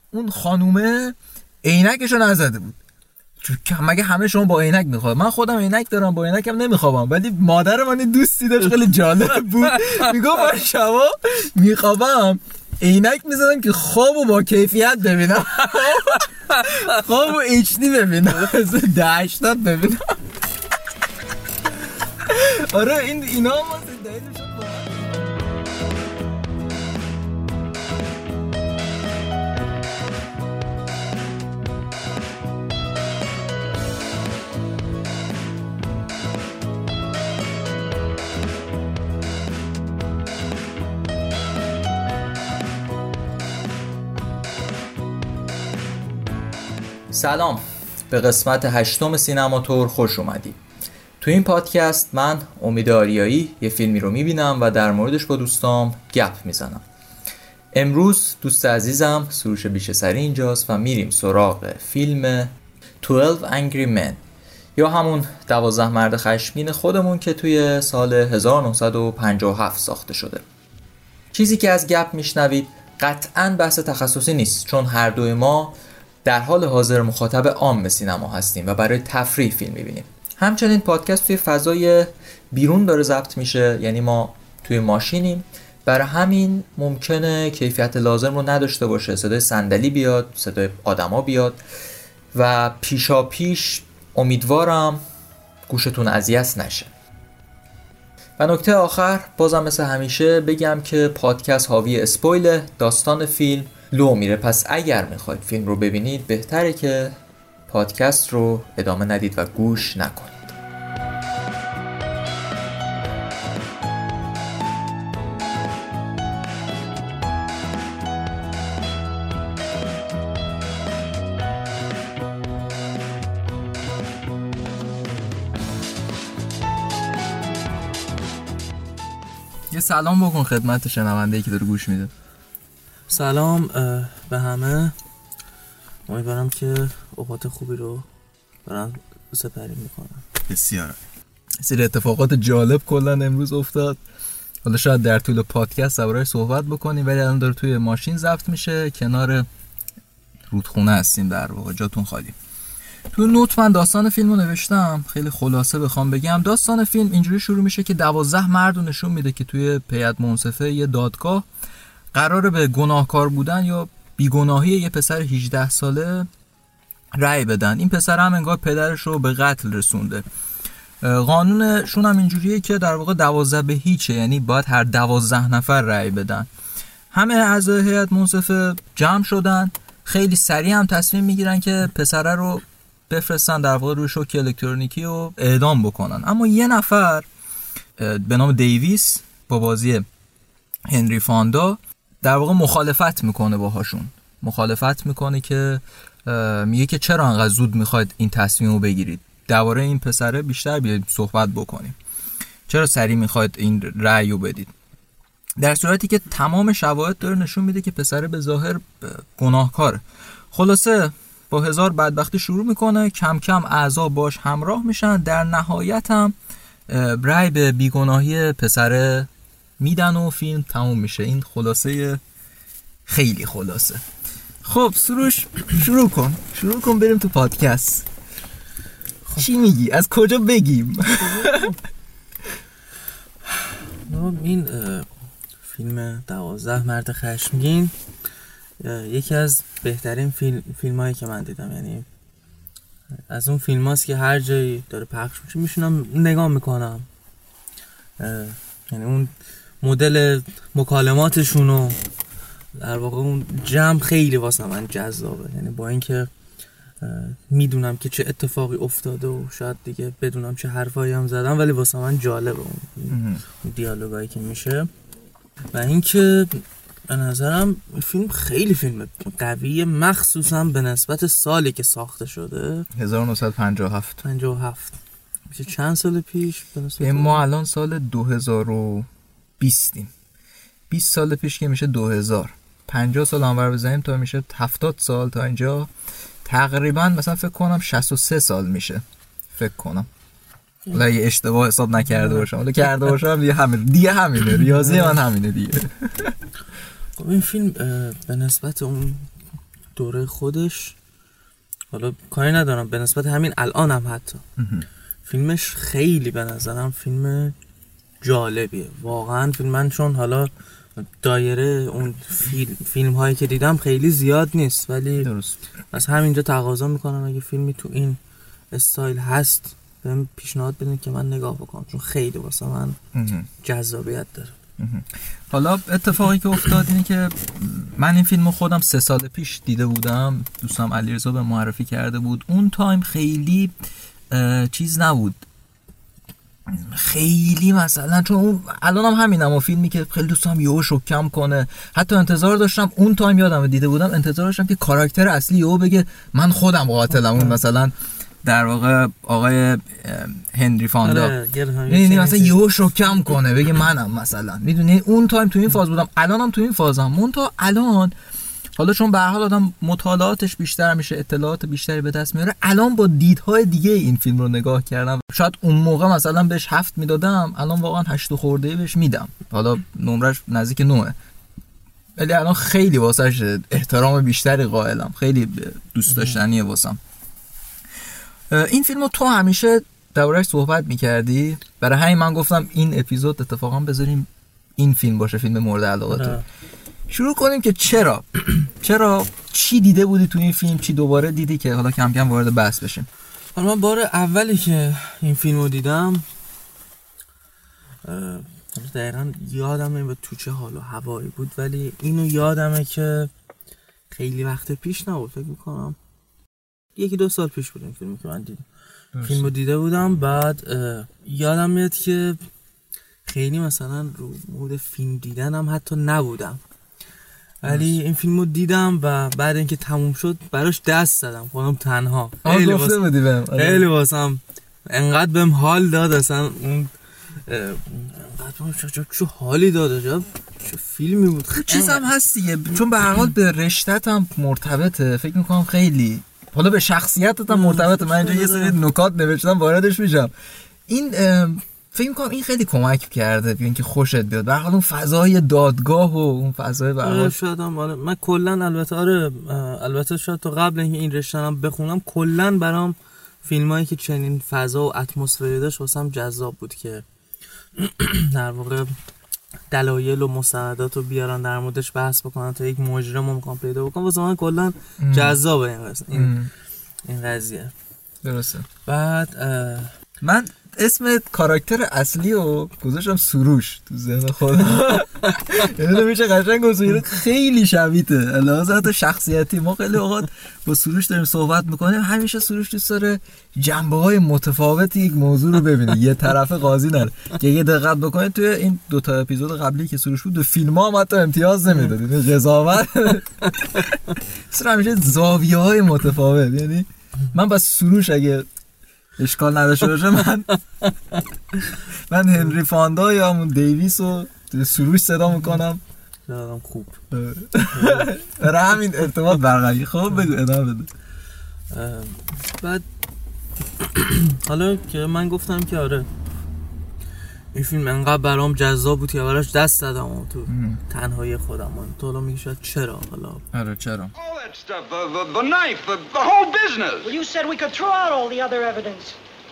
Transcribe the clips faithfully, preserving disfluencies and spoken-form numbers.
اون خانومه عینکشو نزده بود. مگه همه شما با عینک میخواد؟ من خودم عینک دارم، با عینکم نمیخوابم، ولی مادر من دوستی داشت خیلی جالب بود، میگفت من شبا میخوابم عینک میزدم که خوابو با کیفیت ببینم، خوابو اچ دی ببینم، ده هشتاد ببینم. آره این اینا هم دلیلش بود. سلام، به قسمت هشتم سینماتور خوش اومدی. تو این پادکست من امید آریایی یه فیلمی رو میبینم و در موردش با دوستام گپ میزنم. امروز دوست عزیزم سروش بیشه‌سری اینجاست و میریم سراغ فیلم دوازده Angry Men یا همون دوازده مرد خشمگین خودمون که توی سال هزار و نهصد و پنجاه و هفت ساخته شده. چیزی که از گپ میشنوید قطعاً بحث تخصصی نیست، چون هر دوی ما در حال حاضر مخاطب عام سینما هستیم و برای تفریح فیلم میبینیم. همچنین پادکست توی فضای بیرون داره ضبط میشه، یعنی ما توی ماشینیم، برای همین ممکنه کیفیت لازم رو نداشته باشه، صدای صندلی بیاد، صدای آدما بیاد و پیشا پیش امیدوارم گوشتون اذیت نشه. و نکته آخر بازم مثل همیشه بگم که پادکست حاوی اسپویل، داستان فیلم لو میره، پس اگر میخواید فیلم رو ببینید بهتره که پادکست رو ادامه ندید و گوش نکنید. یه سلام بکن خدمت شنونده‌ای که داره گوش میده. سلام به همه، امیدوارم که اوقات خوبی رو برام سپری میکنم. بسیار سری اتفاقات جالب کلا امروز افتاد، حالا شاید در طول پادکست درباره‌اش صحبت بکنیم، ولی الان داره توی ماشین ضبط میشه، کنار رودخونه هستیم، در واقع جاتون خالی. تو نوت من داستان فیلمو نوشتم، خیلی خلاصه بخوام بگم داستان فیلم اینجوری شروع میشه که دوازده مرد رو نشون میده که توی هیئت منصفه یه دادگاه قراره به گناهکار بودن یا بیگناهی یه پسر هجده ساله رأی بدن. این پسر هم انگار پدرش رو به قتل رسونده. قانونشون هم اینجوریه که در واقع دوازده به هیچه، یعنی باید هر دوازده نفر رأی بدن. همه اعضای هیئت منصفه جمع شدن، خیلی سریع هم تصمیم میگیرن که پسره رو بفرستن در واقع روی شوک الکترونیکی و اعدام بکنن. اما یه نفر به نام دیویس با بازی هنری فاندا در واقع مخالفت میکنه باهاشون، مخالفت میکنه که میگه که چرا انقدر زود میخواید این تصمیم رو بگیرید، درباره این پسره بیشتر بیاید صحبت بکنیم، چرا سریع میخواید این رأی رو بدید، در صورتی که تمام شواهد داره نشون میده که پسره به ظاهر گناهکاره. خلاصه با هزار بدبختی شروع میکنه، کم کم اعضا باش همراه میشن، در نهایت هم رأی به بیگناهی پسره میدن و فیلم تموم میشه. این خلاصه خیلی خلاصه. خب سروش شروع کن شروع کن بریم تو پادکست. خب. چی میگی؟ از کجا بگیم؟ این فیلم دوازده مرد خشمگین یکی از بهترین فیلم فیلمایی که من دیدم، یعنی از اون فیلم هاست که هر جایی داره پخش میشه میشونم نگاه میکنم، یعنی اون مدل مکالماتشون و در واقع اون جمع خیلی واسه من جذابه، یعنی با اینکه میدونم که چه اتفاقی افتاده و شاید دیگه بدونم چه حرفایی هم زدم، ولی واسه من جالبه اون دیالوگایی که میشه. و اینکه به نظرم فیلم خیلی فیلم قویه، مخصوصا به نسبت سالی که ساخته شده هزار و نهصد و پنجاه و هفت پنجاه و هفت میشه چند سال پیش به نسبت ما الان سال دو هزار و بیست بیست سال پیش که میشه دو هزار، پنجاه سال اونور بزنیم تا میشه هفتاد سال، تا اینجا تقریبا مثلا فکر کنم شصت و سه سال میشه فکر کنم، حالا یه اشتباه حساب نکرده باشم، حالا کرده باشم دیگه همین دیگه همینه ریاضی من همینه دیگه. خب این فیلم به نسبت اون دوره خودش، حالا کاری ندارم به نسبت همین الان هم حتی فیلمش خیلی به نظرم فیلم جالبیه واقعا. فیلم من چون حالا دایره اون فیلم, فیلم هایی که دیدم خیلی زیاد نیست، ولی درست از همینجا تقاضا میکنم اگه فیلمی تو این استایل هست بهم پیشنهاد بدین که من نگاه بکنم، چون خیلی واسه من جذابیت داره. حالا اتفاقی که افتاد اینه که من این فیلمو خودم سه سال پیش دیده بودم، دوستم علیرضا به معرفی کرده بود. اون تایم خیلی چیز نبود، خیلی مثلا چون اون الان هم همینم و فیلمی که خیلی دوستم یهو شوکم کنه، حتی انتظار داشتم اون تایم یادم دیده بودم انتظار داشتم که کاراکتر اصلی یهو بگه من خودم قاتلم، اون مثلا در واقع آقای هنری فاندا یعنی مثلا یهو شوکم کنه بگه منم مثلا، میدونی اون تایم تو این فاز بودم، الانم تو این فازم. مون تا الان حالا چون به هر حال آدم مطالعاتش بیشتر میشه، اطلاعات بیشتری به دست میاره، الان با دیدهای دیگه این فیلم رو نگاه کردم. شاید اون موقع مثلا بهش هفت میدادم، الان واقعا هشت خورده بهش میدم، حالا نمرش نزدیک نوه، ولی الان خیلی واسش احترام بیشتری قائلم، خیلی دوست داشتنیه واسم. این فیلمو تو همیشه درباره‌اش صحبت میکردی، برای همین من گفتم این اپیزود اتفاقا بذاریم این فیلم باشه، فیلم مورد علاقه تو. شروع کنیم که چرا چرا چی دیده بودی تو این فیلم، چی دوباره دیدی که حالا کم کم وارد بحث بشیم. من بار اولی که این فیلمو دیدم دقیقا یادم نمیاد تو چه حال و هوایی بود، ولی اینو یادمه که خیلی وقت پیش نبود، فکر میکنم یکی دو سال پیش بود این فیلمی که من دیدم. فیلمو دیده بودم، بعد یادم میاد که خیلی مثلا رو مود فیلم دیدنم حتی نبودم، ولی این فیلمو دیدم و بعد اینکه تموم شد براش دست زدم خودم تنها. خیلی گفته بودی بهم، خیلی واسم انقدر بهم حال داد، اصلا اون انقدر چه چه حالی داد، چه چه فیلمی بود. چیزام هست دیگه، چون به هر حال به رشته‌ت هم مرتبطه، فکر می‌کنم خیلی حالا به شخصیتت هم مرتبطه. من اینجا یه سری نکات نوشتم واردش میشم. این فکر می‌کنم این خیلی کمک کرده ببین که خوشت بیاد. به هر حال اون فضای دادگاه و اون فضای به هر حال شاید هم آره. من کلا البته آره البته شاید تا قبل اینکه این رشته رو بخونم کلا برام فیلمایی که چنین فضا و اتمسفری داشت واسم جذاب بود که در واقع دلایل و مستندات رو بیارن در موردش بحث بکنن تا یک مجرم رو میخوام پیدا بکنم. واسه من کلا جذابه این قضیه این, این قضیه درسته. بعد من اسم کاراکتر اصلی رو گذاشتم سروش تو ذهن خودم. یعنی میشه قشنگ گذاشت، خیلی شبیه‌ته لحاظ شخصیتی. ما خیلی اوقات با سروش داریم صحبت میکنیم، همیشه سروش دوست داره جنبه‌های متفاوتی یک موضوع رو ببینه، یه طرف قاضی نره. که اگه دقت بکنید توی این دو تا اپیزود قبلی که سروش بود، دو فیلم‌ها هم حتی امتیاز نمیداد، این قضاوت سر همیشه زاویه‌های متفاوت. یعنی من با سروش اگه اشکال نداشته باشه من من هنری فاندا یا همون دیویس رو سروش صدا میکنم. یادم خوب برای همین ارتباط برقراری. خب بگو ادامه بده. بعد حالا که من گفتم که آره این فیلم انقدر برام جذاب بود که براش دست زدم و تو تنهایی خودم. تو حالا میگی شاید چرا حالا آره چرا All that stuff, the, the, the knife, the, the whole business. Well, you said we could throw out all the other evidence.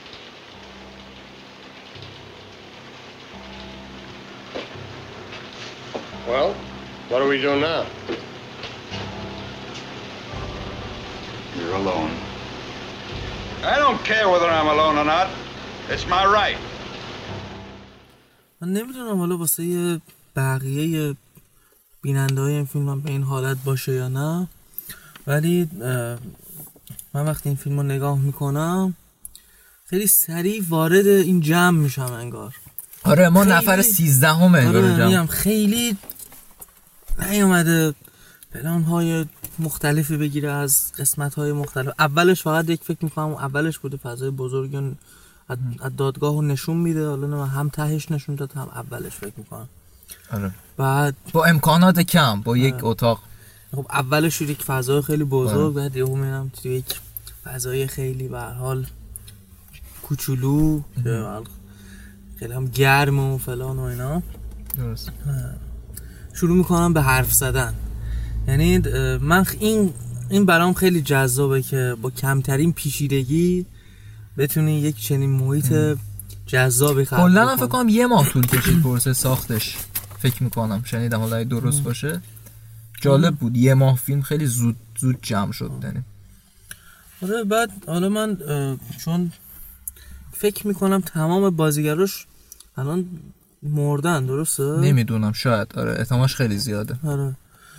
Well, what do we do now? You're alone. I don't care whether I'm alone or not. It's my right. من نمیدونم حالا واسه بقیه بیننده های این فیلم هم به این حالت باشه یا نه، ولی من وقتی این فیلم رو نگاه میکنم خیلی سریع وارد این جمع میشم انگار. آره ما نفر سیزده همه انگار آره جمع. خیلی نیومده پلان های مختلفی بگیره از قسمت های مختلف. اولش فقط یک فکر میکنم اولش بوده فضای بزرگ از دادگاه رو نشون میده، حالا هم تهش نشون داد هم اولش فکر میکنم. آره. بعد با امکانات کم با یک آره. اتاق. خب اولش شد یک فضای خیلی بزرگ، بعد یهو میرم تو یک فضای خیلی به هر حال کوچولو که خیلی هم گرم و فلان و اینا. درست. شروع میکنم به حرف زدن. یعنی من این این برام خیلی جذابه که با کمترین پیچیدگی بتونی یک چنین محیط جذابی خلق کنی. کلا من فکر کنم یه ماه طول کشید پروسه ساختش، فکر میکنم شنیدم، حالا درست باشه. جالب بود، یه ماه فیلم خیلی زود زود جمع شد. یعنی آره بعد حالا من چون فکر میکنم تمام بازیگراش الان مردن، درسته؟ نمیدونم، شاید. آره احتمالش خیلی زیاده. آره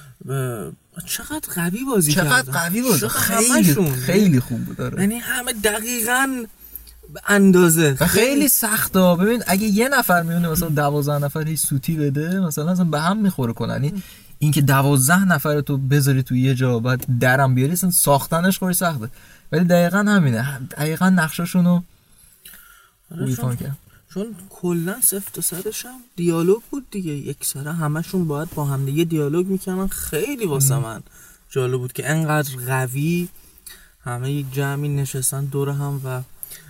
چقدر قوی بازی چقدر کردن، چقدر قوی بازی، خیلی خیلی خوب بود. آره یعنی همه دقیقاً به اندازه. خیلی, خیلی سخته. ببین اگه یه نفر میونه مثلا دوازده نفر هیچ سوتی بده، مثلا اصلا به هم میخوره کنن. یعنی اینکه دوازده نفر تو بذاری تو یه جا بعد درم بیاری، اصلا ساختنش خیلی سخته. ولی دقیقاً همینه، دقیقاً نقشاشونو میفهمن که چون کلا صفر تا صدش هم دیالوگ بود دیگه، یک سره همشون باید با هم دیگه دیالوگ میکنن. خیلی واسه من جالب بود که انقدر قوی همه یک جمعی نشستن دور هم و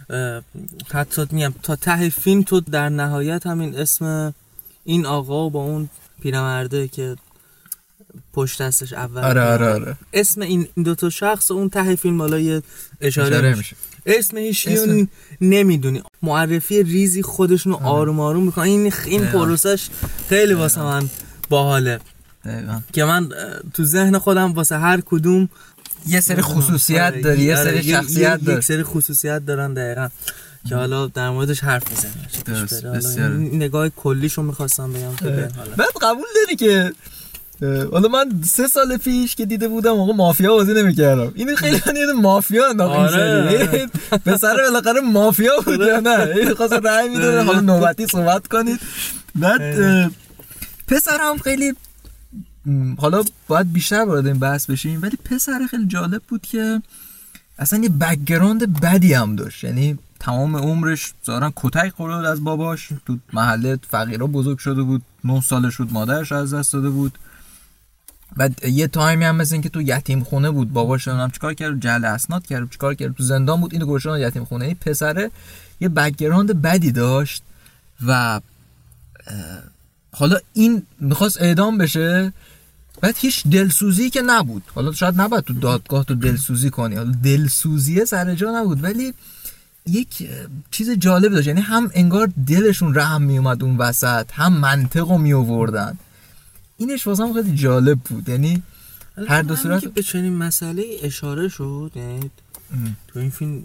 حتی میگم تا ته فیلم تو در نهایت همین اسم این آقا با اون پیرمرده که پشت دستش اول آره آره آره. اسم این دو تا شخص اون ته فیلم بالا یه اشاره, اشاره میشه. اسم هیچیو نمیدونی، معرفی ریزی خودشونو آروم آروم میکنن. این این پروسش خیلی واسه من باحاله که من تو ذهن خودم واسه هر کدوم یه سری خصوصیت داری، یه سری شخصیت داری، یک سری خصوصیت دارن دقیقاً که حالا در موردش حرف میزنیم. این نگاه کلیشو میخواستم بگم که بعد قبول داری که حالا من سه سال پیش که دیده بودم موقع مافیا بازی نمی‌کردم، این خیلی یه مافیا انداختین سری پسر بالاخره مافیا بود یا نه؟ خواست رای میدونه. حالا نوبتی صحبت کنید. بعد پسرم خیلی، حالا باید بیشتر وارد این بحث بشیم، ولی پسر خیلی جالب بود که اصلا یه بک‌گراند بدی هم داشت. یعنی تمام عمرش ظاهرا کتک خورد از باباش، تو محله فقیرا بزرگ شده بود، نه سالش بود مادرش از دست داده بود. بعد یه تایمی هم مثل این که تو یتیم خونه بود، باباش نمیدونم چیکار کرد، جعل اسناد کرد، چیکار کرد، تو زندان بود، اینو گذاشتن یتیم خونه. این پسره یه بک‌گراند بدی داشت و حالا این میخواست اعدام بشه. بعد هیچ دلسوزی که نبود، حالا شاید نباید تو دادگاه تو دلسوزی کنی، حالا دلسوزی سر جا نبود، ولی یک چیز جالب داشت. یعنی هم انگار دلشون رحم می اومد اون وسط، هم منطقو می آوردن. اینش واسم خیلی جالب بود. یعنی هر دو صورت که به چنین مسئله اشاره شد. یعنی تو این فیلم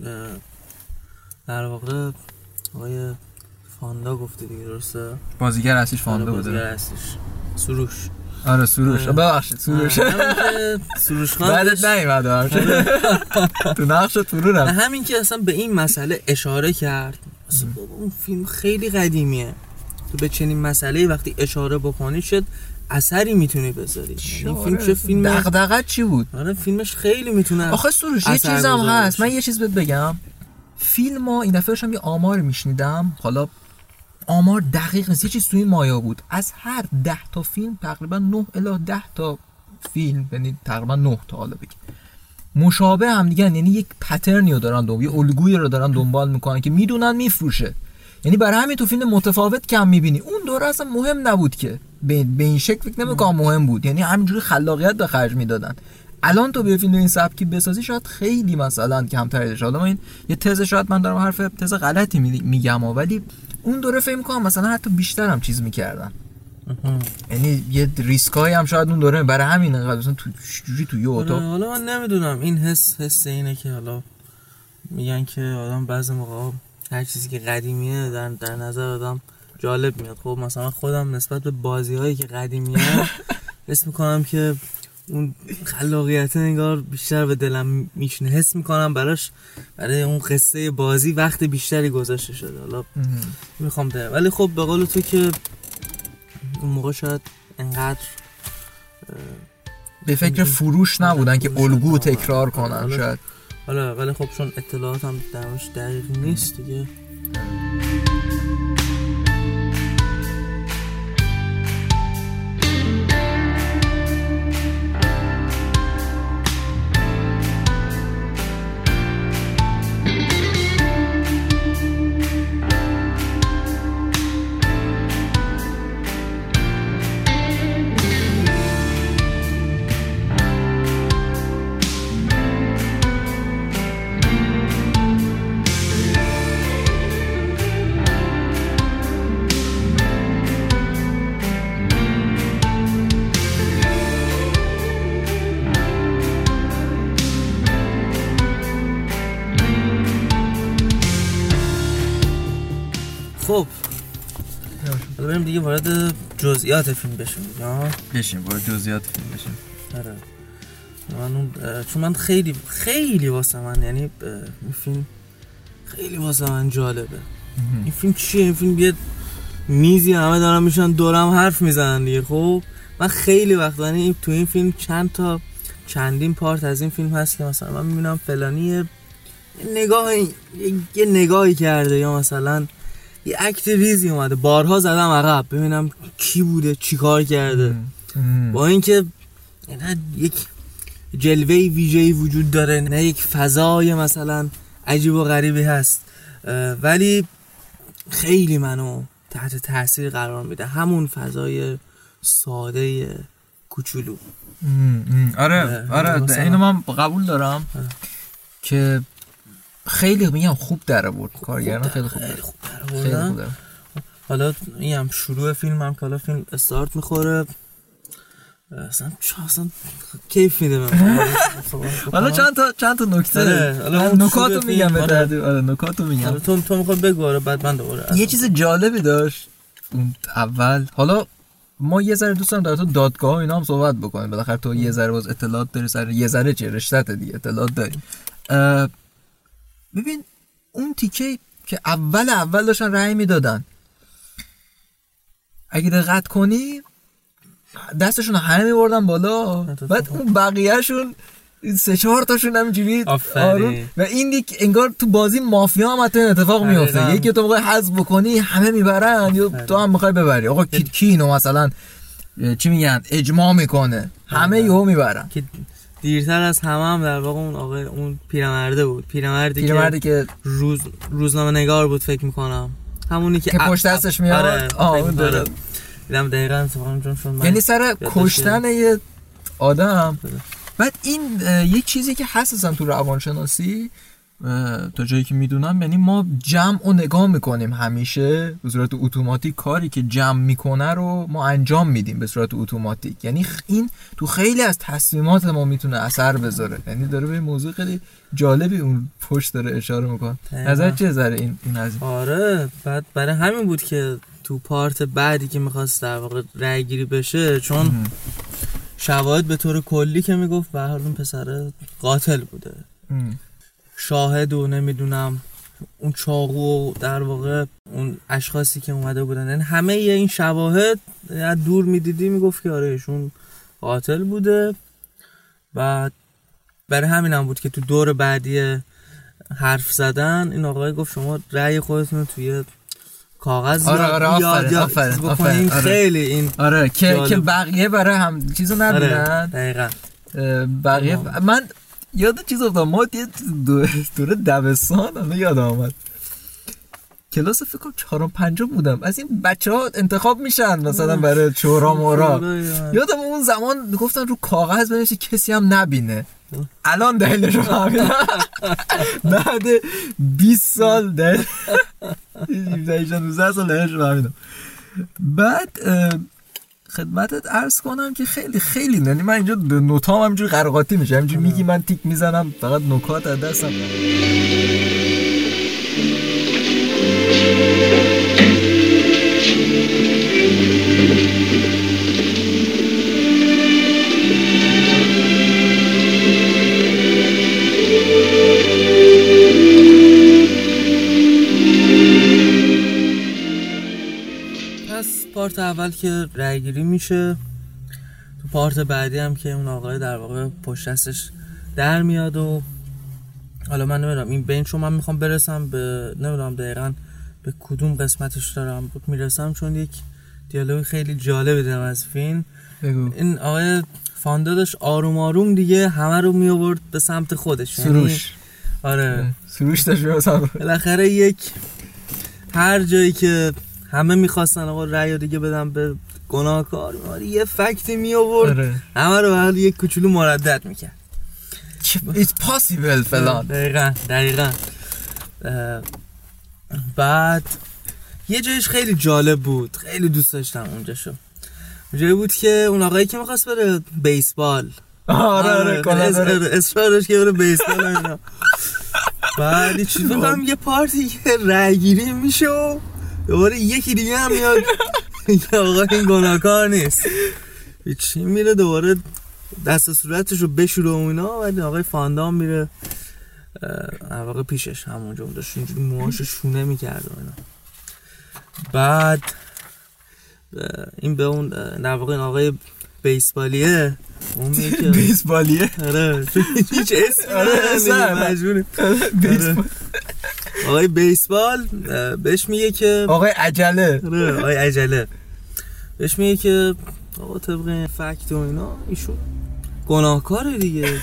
در واقع آقای فاندا گفته دیگه، درسته؟ بازیگر اصلیش فاندا بوده. بازیگر اصلیش سروش. آره سروش. ببخشید سروش. سروش خان بعدت نیومد تو نقش فرو رفت. همین که اصلا به این مسئله اشاره کرد. اصلا اون فیلم خیلی قدیمیه، تو به چنین مسئله وقتی اشاره بکنی شد اثری میتونی بذاری. این فیلم چه فیلم دغدغه چی بود؟ آره فیلمش خیلی میتونه. آخه سروش یه چیزم هست، من یه چیز بهت بگم. فیلمو این دفعه داشتم یه آمار میشنیدم، حالا آمار دقیق نیست، یه چیز توی این مایا بود، از هر ده تا فیلم تقریبا نه الی ده تا فیلم، یعنی تقریبا نه تا حالا بگیم مشابه هم دیگه، یعنی یک پترنی رو دارن دنبال، یه الگویی رو دارن دنبال میکنن که میدونن میفروشه. یعنی برای همین تو فیلم متفاوت کم میبینی. اون دوره اصلا مهم نبود که به این شکل فکر نمیکنم مهم بود، یعنی همینجوری خلاقیت به خرج میدادن. الان تو به فیلم این سبکی بسازی شاید خیلی مثلا کمتر بشه. حالا این یه تز، شاید من دارم حرف تز غلطی میگم، ولی اون دوره فکر میکنم مثلا حتی بیشتر هم چیز میکردن. یعنی یه ریسکایی هم شاید اون دوره برای همین انقدر مثلا تو جوری تو یه اتاق. حالا من نمیدونم، این حس حس اینه که حالا میگن که آدم بعضی موقع هر چیزی که قدیمیه در در نظر آدم جالب میاد. خب مثلا خودم نسبت به بازی‌هایی که قدیمیه حس میکنم که اون خلاقیت انگار بیشتر به دلم میشینه، حس میکنم براش، برای اون قصه بازی وقت بیشتری گذاشته شده. حالا میخوام ده، ولی خب به قول تو که اون موقع شاید انقدر به فکر فروش نبودن که الگو تکرار کنن شاید. حالا ولی خب چون اطلاعات هم درش دقیق نیست دیگه. خب حالا بریم دیگه وارد جزئیات فیلم بشیم. یا بشیم وارد جزئیات فیلم بشیم. آره من اون چون من خیلی خیلی واسه من یعنی این فیلم خیلی واسه من جالبه. این فیلم چیه؟ این فیلم یه میزی همه دارن میشن دورم حرف میزنن دیگه. خب من خیلی وقت یعنی تو این فیلم چند تا چندین پارت از این فیلم هست که مثلا من میبینم فلانی یه نگاه یه نگاهی کرده یا مثلا یه اکت ریزی اومده بارها زدم عقب ببینم کی بوده چی کار کرده. با اینکه نه یک جلوه ویژه‌ای وجود داره نه یک فضای مثلا عجیب و غریبی هست ولی خیلی منو تحت تاثیر قرار میده همون فضای ساده کوچولو. آره آره اینو من قبول دارم اه. که خیلی میگم خوب در آورد کارگردان خیلی خوب خیلی خوب در آورد. حالا میگم شروع فیلم هم که حالا فیلم استارت میخوره اصلا چه اصلا کیف میده من. حالا چند تا چند تا نکته نکاتو میگم به ترتیب. آره نکاتو میگم تو تو میخوای بگو آره بعد من دوباره. یه چیز جالبی داشت اون اول. حالا ما یه ذره دوستم در تو دادگاه اینا هم صحبت بکنیم بالاخره تو یه ذره باز اطلاعات داری سر یه ذره چه رشتت دیگه اطلاعات داریم. ببین اون تیکه که اول اول داشتن رأی میدادن اگه دقت کنی دستشون همه میبردن بالا بعد اون بقیهشون سه چهار تاشون همینجوری آروم و این دیگه انگار تو بازی مافیا هم حتی اتفاق میفته. یکی تو میخوای حذف بکنی همه میبرن یا تو هم میخوای ببری. آقا کی کی اینو مثلا چی میگن اجماع میکنه همه یهو میبرن. که دیرتر از همه هم در واقع اون آقا اون پیرمرده بود پیرمردی پیرمردی که, که روز روزنامه نگار بود فکر میکنم همونی که, که پشت دستش میاد. آه اون داره دیدم دقیقاً اتفاقا چون شون یعنی سر کشتن یه آدم. بعد این یه چیزی که هست اصلا تو روانشناسی تا جایی که میدونم یعنی ما جمع و نگاه میکنیم همیشه به صورت اتوماتیک کاری که جمع میکنه رو ما انجام میدیم به صورت اتوماتیک. یعنی این تو خیلی از تصمیمات ما میتونه اثر بذاره. یعنی داره به موضوع خیلی جالبی اون پشت داره اشاره میکنه. نظر چیه ذره این این از این؟ آره بعد برای همین بود که تو پارت بعدی که میخواست در واقع رای گیری بشه چون ام. شواهد به طور کلی که میگفت به هر حال اون پسر قاتل بوده ام. شاهد و نمیدونم اون چاقو و در واقع اون اشخاصی که اومده بودن یعنی همه این شواهد از دور میدیدی میگفت که آره ایشون قاتل بوده. بعد برای همین هم بود که تو دور بعدی حرف زدن این آقای گفت شما رأی خودتون رو توی کاغذ آره آره آفرین آفرین آفرین خیلی این آره که که بقیه برای هم چیزو نبینن. دقیقاً بقیه من یاد چیز افتادم ما یه دوره دبستان الان یادم اومد کلاس فکر کنم چهارم پنجم بودم از این بچه‌ها انتخاب میشن مثلا برای شورا مورا. یادم اون زمان گفتن رو کاغذ بنویسی کسی هم نبینه. الان دلیلش رو فهمیدم بعد بیست سال دلیل نوزده سال دلیلش رو فهمیدم. بعد خدمتت عرض کنم که خیلی خیلی یعنی من اینجا نوتام همینجوری قرقاتی میشه همینجوری میگی من تیک میزنم فقط نکات از دستم. پارت اول که رای گیری میشه تو پارت بعدی هم که اون آقای در واقع پشت دستش در میاد و حالا من نمیدونم این بین چون من میخوام برسم به نمیدونم دقیقاً به کدوم قسمتش دارم میرسم چون یک دیالوگ خیلی جالب دیدم از فیلم. بگو. این آقای فاندا داشت آروم آروم دیگه همه رو می آورد به سمت خودش سروش یعنی آره سروش داشت میاد بالاخره یک هر جایی که همه میخواستن آقا رأی دیگه بدم به گناهکار یه فکتی می آورد آره. همه رو حال یک کوچولو مردد میکرد It's possible فلان. دقیقاً دقیقاً بعد یه جایش خیلی جالب بود خیلی دوست داشتم اونجا شو جایی بود که اون آقایی که میخواست بره بیسبال آره آره آره اصرارش که بره بیسبال اینا بعد چی بگم یه پارتی که رای گیری میشه و دوباره یکی دیگه هم میاد میگه آقا این گناهکار نیست. چی میره دوباره دست و صورتشو بشوره و اینا، ولی آقای فاندام میره واقعا پیشش همونجا داشت اینجوری موهاشو شونه میکرد و اینا. بعد این به اون در واقع آقای بیسبالیه، اون میگه که بیسبالیه آره هیچ اسمی نداره، بیسبال آقای بیسبال بهش میگه که آقای عجله، آره آقای عجله بهش میگه که آقا طبق فکت و اینا ایشون گناهکاره دیگه،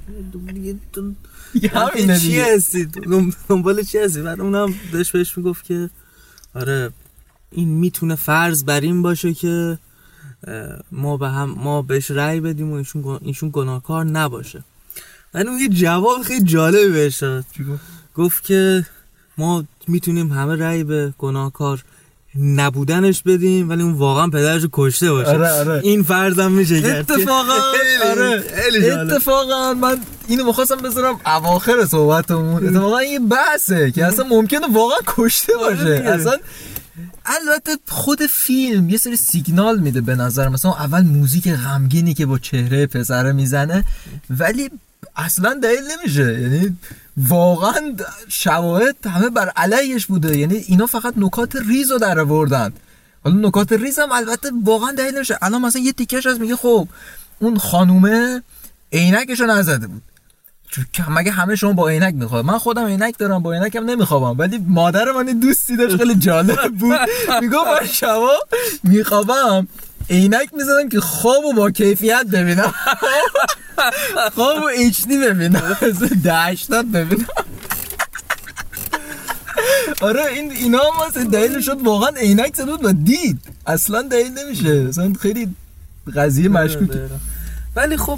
دیگه همینه چی هستید دنبال چی هستید؟ بعد اونم داشت بهش میگفت که آره این میتونه فرض بر این باشه که ما به هم ما بهش رأی بدیم و ایشون ایشون گناهکار نباشه. بعد اون یه جواب خیلی جالبی بهش داد، گفت که ما میتونیم همه رأی به گناهکار نبودنش بدیم ولی اون واقعا پدرشو کشته باشه. آره آره. این فرضم میشه کرد. اتفاقا آره اتفاقا من اینو می‌خواستم بذارم اواخر صحبتمون. اتفاقا این بحثه که اصلا ممکنه واقعا کشته باشه. اصلا البته خود فیلم یه سری سیگنال میده به نظر، مثلا اول موزیک غمگینی که با چهره پسره میزنه ولی اصلا دلیل نمیشه، یعنی واقعا شواهد همه بر علیهش بوده، یعنی اینا فقط نکات ریزو در آوردن. حالا نکات ریز هم البته واقعا دلیل نمیشه. الان مثلا یه تیکش هست میگه خب اون خانومه عینکشو نزده بود، مگه همه شما با عینک میخواد؟ من خودم عینک دارم با عینکم نمیخوابم، ولی مادر من دوستی داشت خیلی جالب بود، میگه من شبا میخوابم عینک میزدم که خوابو با کیفیت ببینم، خوابو اچ دی ببینم، ده هشتاد ببینم. آره این اینا هم مثلا دلیل شد واقعا عینک زد بود و دید، اصلا دلیل نمیشه، اصلا خیلی قضیه مشکوکه. ولی خب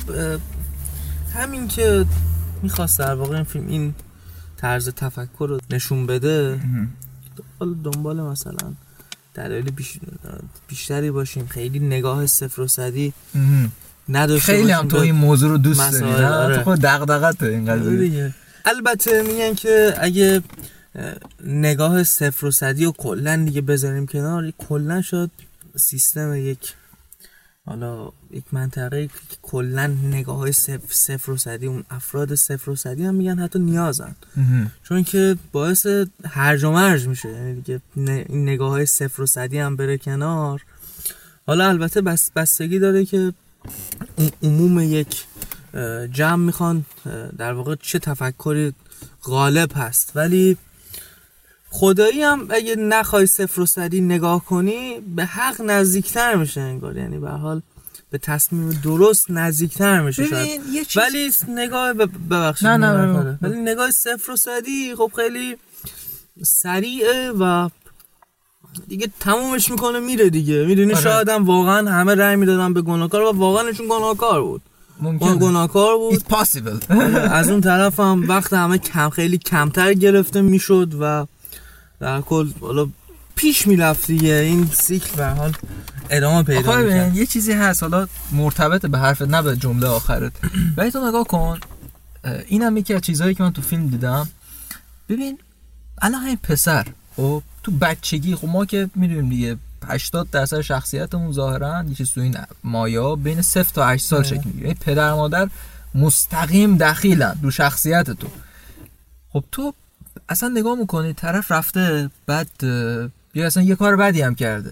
همین که میخواست در واقع این فیلم این طرز تفکر رو نشون بده، دنبال مثلا دلایل بیش... بیشتری باشیم، خیلی نگاه صفر و صدی نداشته خیلی هم تو این موضوع رو دوست داری، آره. تو خود دغدغته این قضیه. البته میگن که اگه نگاه صفر و صدی و کلا دیگه بذاریم کنار، کلا شد سیستم یک حالا یک منطقه که کلا نگاه های صفر, صفر و صدی، اون افراد صفر و صدی هم میگن حتی نیازن، چون که باعث هرج و مرج میشه، یعنی دیگه این نگاه های صفر و صدی هم بره کنار. حالا البته بس بستگی داره که عموم یک جمع میخوان در واقع چه تفکری غالب هست، ولی خدایی هم اگه نخوای صفر و صدی نگاه کنی به حق نزدیکتر میشه انگار، یعنی به حال به تصمیم درست نزدیکتر میشه شاید. چیز... ولی نگاه ببخشید نه نه نه, نه. ولی نگاه صفر و صدی خب خیلی سریعه و دیگه تمومش میکنه میره دیگه، میدونی. آره. شاید هم واقعا همه رأی میدادن به گناهکار و واقعا نشون گناهکار بود، ممکن گناهکار بود. It's possible. از اون طرف هم وقت همه کم خیلی کمتر گرفته میشد و در کل حالا پیش میرفت دیگه، این سیکل به حال ادامه پیدا میکنه. یه چیزی هست حالا مرتبط به حرفت نه به جمله آخرت، ولی تو نگاه کن، اینم یکی از چیزهایی که من تو فیلم دیدم. ببین الان همین پسر خب تو بچگی، خب ما که میدونیم دیگه هشتاد درصد شخصیتمون ظاهرا یه چیز تو این مایا بین صفر تا هشت سال شکل میگیره. پدر مادر مستقیم دخیلن رو شخصیت تو. خب تو اصلا نگاه میکنی طرف رفته بعد یا اصلا یه کار بدی هم کرده،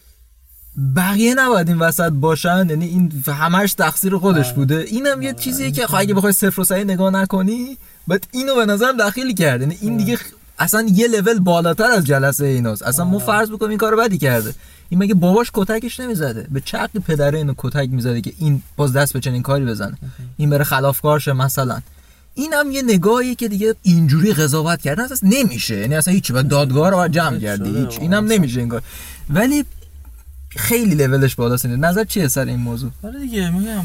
بقیه نباید این وسط باشن، یعنی این همش تقصیر خودش بوده. اینم یه چیزیه که اگه بخوای صفر و صحیح نگاه نکنی بعد اینو به نظرم دخیل کرده، یعنی این دیگه اصلا یه لول بالاتر از جلسه ایناست. اصلا ما فرض بکنیم این کارو بدی کرده، این مگه باباش کتکش نمیزده؟ به چرخ پدره اینو کتک میزده که این باز دست به چنین کاری بزنه، این بره خلافکار شه مثلا. اینم یه نگاهی که دیگه اینجوری قضاوت کردن اصلا نمیشه، یعنی اصلا هیچ بعد دادگاه رو جمع کردی، هیچ اینم نمیشه این کار. ولی خیلی لولش بالاست. نظر چیه سر این موضوع؟ حالا دیگه میگم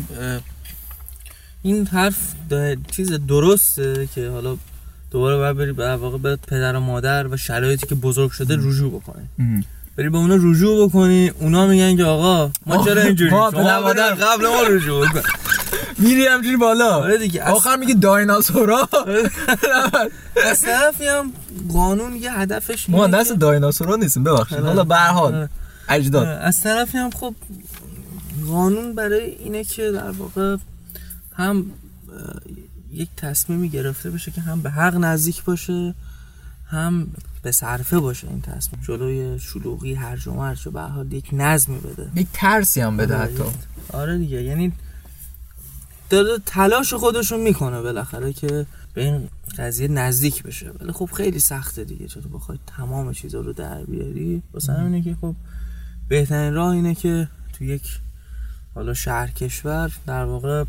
این حرف چیز درسته که حالا دوباره باید بری به واقع به پدر و مادر و شرایطی که بزرگ شده رجوع بکنی، بری به اونا رجوع بکنی، اونا میگن که آقا ما چرا اینجوری، ما پدر مادر قبل ما رجوع بکن. میری همجوری بالا. آره دیگه. آخر میگه دایناسورا. از طرفی هم قانون یه هدفش ما نسل دایناسورا نیستیم ببخشید. حالا به هر حال اجداد. از طرفی هم خب قانون برای اینه که در واقع هم یک تصمیمی گرفته بشه که هم به حق نزدیک باشه هم به صرفه باشه. این تصمیم جلوی شلوغی هرج و مرج به هر حال یک نظمی بده، یک ترسی هم بده حتی. آره دیگه، یعنی داره تلاش خودشون میکنه بالاخره که به این قضیه نزدیک بشه، ولی خب خیلی سخته دیگه چطور بخوای تمام چیزا رو در بیاری. واسه همینه که خب بهترین راه اینه که تو یک حالا شهر کشور در واقع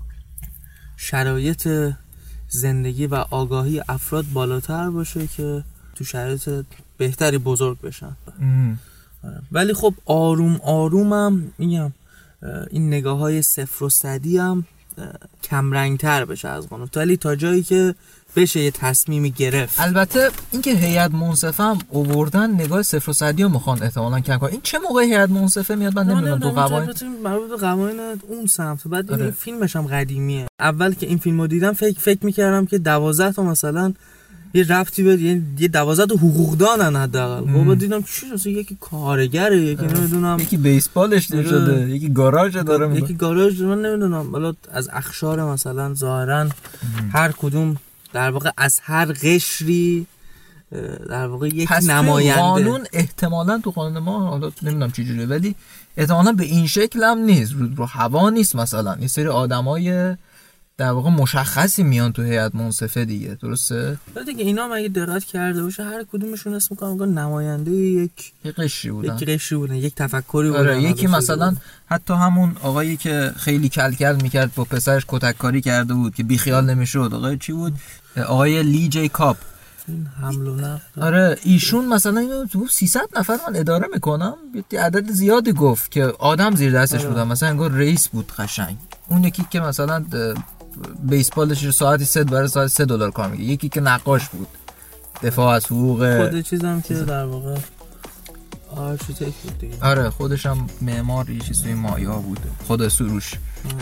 شرایط زندگی و آگاهی افراد بالاتر باشه که تو شرایط بهتری بزرگ بشن. ولی خب آروم آرومم میگم این نگاه های صفر و صدی هم کمرنگتر بشه از قانون، ولی تا جایی که بشه یه تصمیمی گرفت. البته اینکه هیئت منصفه هم آوردن نگاه صفر و صدی رو میخوان احتمالاً کم کنن. این چه موقع هیئت منصفه میاد من نمیدونم. تو قوانین مربوط به قوانین اون سمت. بعد این فیلمش هم قدیمیه. اول که این فیلمو دیدم فکر فکر میکردم که دوازده تا مثلا یه ربطی به یعنی یه دوازده تا حقوقدانن حداقل. بعد دیدم چی مثلا یکی کارگره، یکی نمیدونم یکی بیسبالش شده، یکی گاراژ داره، یکی گاراژ من نمیدونم. حالا از اخشار مثلا ظاهرا هر کدوم در واقع از هر قشری در واقع یک نماینده. قانون احتمالاً تو قانون ما حالا نمیدونم چه جوریه ولی احتمالاً به این شکل هم نیست، رو, رو هوا نیست. مثلا یه سری آدمای در واقع مشخصی میان تو هیئت منصفه دیگه، درسته؟ ولی دیگه اینا هم اگه دقت کرده باشه هر کدومشون اسم میکنن نماینده یک یک قشری بودن، یک قشری بودن، یک تفکری بودن. آره یکی مثلا بودن. حتی همون آقایی که خیلی کلکل میکرد با پسرش کتککاری کرده بود که بیخیال نمیشد، آقای چی بود؟ آقای لی جی کاپ. این حمل و نقل. آره ایشون مثلا اینو تو سیصد نفر من اداره میکنم، یه عدد زیادی گفت که آدم زیر دستش آره. بودن. مثلا انگار رئیس بود قشنگ. اون یکی که مثلا بیسبالش رو ساعتی سه برای ساعت سه دلار کار میگه، یکی که نقاش بود دفاع از حقوق خود چیزام که در واقع آرشیتکت بود دیگه. آره خودش هم معمار یه چیز توی مایا بود، خود سروش.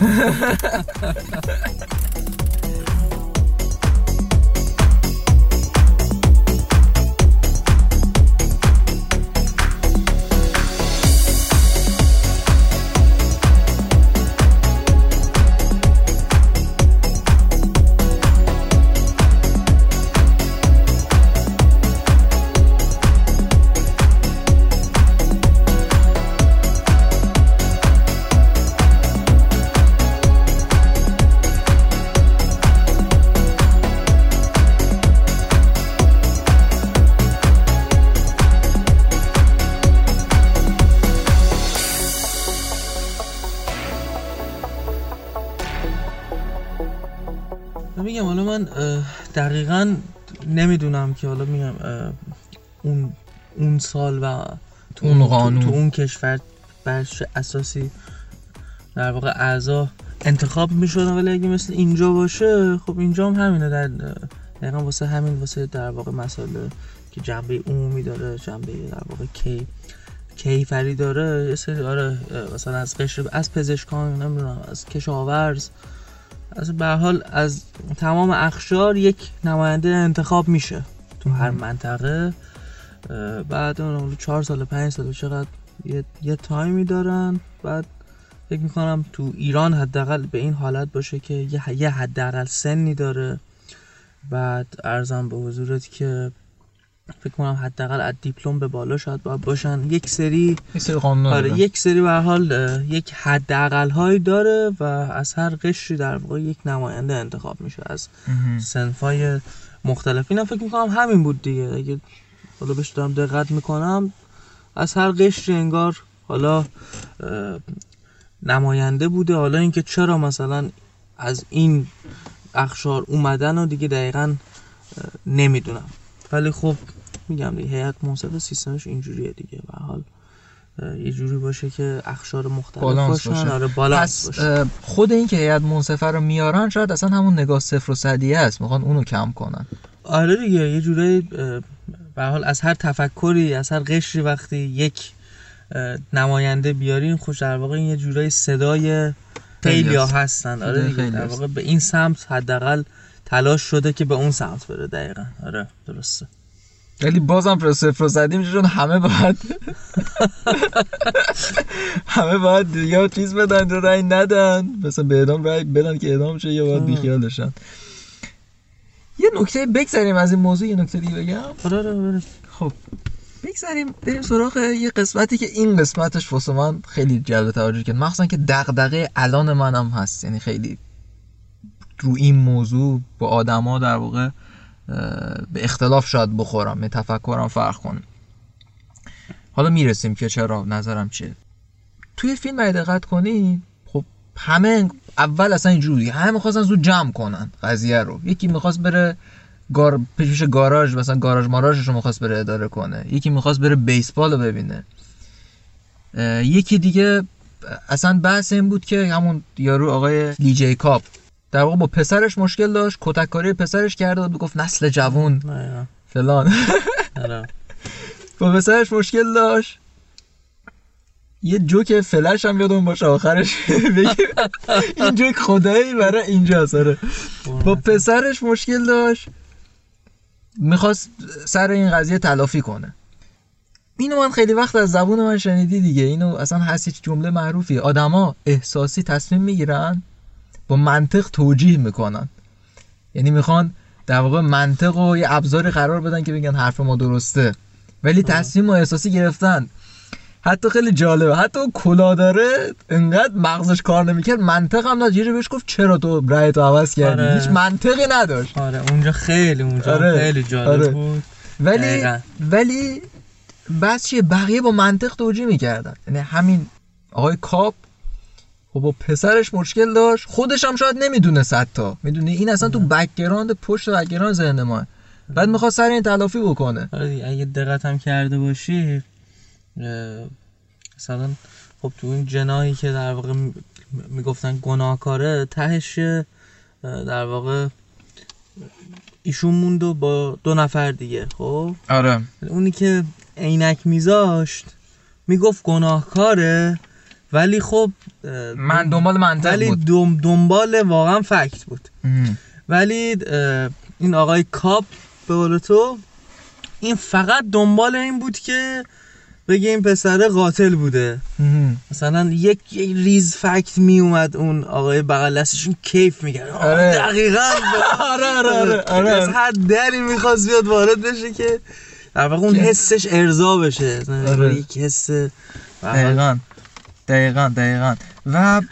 میگم حالا من دقیقاً نمیدونم که حالا میگم اون اون سال و تو اون قانون تو, تو اون کشور بر اساسی در واقع اعضا انتخاب میشدن، ولی اگه مثل اینجا باشه خب اینجا هم همینه، در دقیقاً واسه همین واسه در واقع مسائل که جنبه عمومی داره، جنبه در واقع کی کیفری داره، یه سری آره مثلا از قشر از پزشکان نمیدونم از کشاورز از به هر حال از تمام اقشار یک نماینده انتخاب میشه تو هر منطقه. بعد اون چهار سال پنج سال چقدر یه, یه تایمی دارن. بعد فکر میکنم تو ایران حداقل به این حالت باشه که یه, یه حداقل سنی داره. بعد ارزم به حضورت که فکر کنم حداقل از دیپلم به بالا شاید باید باشن. یک سری یک سری قانون آره یک سری به هر حال یک حداقل هایی داره و از هر قشری در واقع یک نماینده انتخاب میشه از صنفای مختلف. اینا فکر میکنم همین بود دیگه. اگه حالا بهش دارم دقت میکنم از هر قشری انگار حالا نماینده بوده. حالا اینکه چرا مثلا از این اقشار اومدن و دیگه دقیقاً نمیدونم، ولی خب میگم دیگه هیئت منصفه سیستمش اینجوریه دیگه. به هر حال یه جوری باشه که اقشار مختلف باشن. باشه. آره بالانس باشه. خود این که هیئت منصفه رو میارن شاید اصلا همون نگاه صفر و صدیه است، میخوان اونو کم کنن. آره دیگه یه جوری به هر حال از هر تفکری از هر قشری وقتی یک نماینده بیارین خوش در واقع این یه جوری صدای خیلی ها هستن. آره دیگه در واقع به این سمت حداقل تلاش شده که به اون سمت بره. دقیقاً آره درسته. ولی بازم پر صفر زدیم چون همه باید همه باید یا چیز بدن یا رای ندن، مثلا به اعدام رای بدن که اعدام شه یا باید بیخیالشن. یه نکته بگذاریم از این موضوع، یه نکته دیگه بگم. آره آره. خب بگذاریم بریم سراغ یه قسمتی که این قسمتش واسه من خیلی جلب توجه کرد، مخصوصا که دغدغه الان منم هست. یعنی خیلی رو این موضوع با آدما در واقع به اختلاف شاید بخورم، به تفکرم فرق کنه. حالا میرسیم که چرا نظرم چیه. توی فیلم اگه دقت کنی خب همه اول اصلا اینجوری همه می‌خواستن زود جمع کنن قضیه رو. یکی می‌خواست بره گار پیش گاراژ، مثلا گاراژ ماراژش رو می‌خواست بره اداره کنه، یکی می‌خواست بره بیسبال رو ببینه، یکی دیگه اصلا بحث این بود که همون یارو آقای لی جیکاب در واقع با پسرش مشکل داشت، کتککاری پسرش کرده بود، گفت نسل جوون فلان با پسرش مشکل داشت. یه جوک فلش هم یادم باشه آخرش این جوک خدایی برای اینجا سره با پسرش مشکل داشت، میخواست سر این قضیه تلافی کنه. اینو من خیلی وقت از زبون من شنیدی دیگه، اینو اصلا هست جمله معروفیه، آدما احساسی تصمیم میگیرن با منطق توجیه میکنن. یعنی میخوان در واقع منطق رو یه ابزاری قرار بدن که بگن حرف ما درسته، ولی تصمیم و احساسی گرفتن. حتی خیلی جالبه، حتی اون کلا داره انقدر مغزش کار نمیکرد منطق هم نداشت، یه بهش گفت چرا تو رأی تو عوض کردی. آره. هیچ منطقی نداشت. آره اونجا خیلی اونجا آره. خیلی جالب آره. بود. ولی دقیقا. ولی بس چیه بقیه با منطق توجیه میکردن. یعنی همین آقای کاپ خب با پسرش مشکل داشت، خودش هم شاید نمیدونست حتی، میدونی این اصلا تو بک‌گراند پشت بک‌گراند ذهن ما، بعد میخواد سر این تلافی بکنه. آره اگه دقت هم کرده باشی مثلا خب تو این جناحی که در واقع میگفتن گناهکاره تهش در واقع ایشون موند و با دو نفر دیگه. خب آره اونی که عینک میذاشت میگفت گناهکاره، ولی خب من دنبال منطق ولی بود، دم دنبال واقعا فکت بود. ام. ولی این آقای کاپ به قول تو این فقط دنبال این بود که بگه این پسر قاتل بوده. ام. مثلا یک, یک ریز فکت می اومد اون آقای بغل دستشون کیف میکرد. آره. دقیقاً آره آره آره آره از هر دری میخواست بیاد وارد بشه که در واقع اون حسش ارضا بشه. آره. یک حس دقیقاً دقیقاً دقیقاً و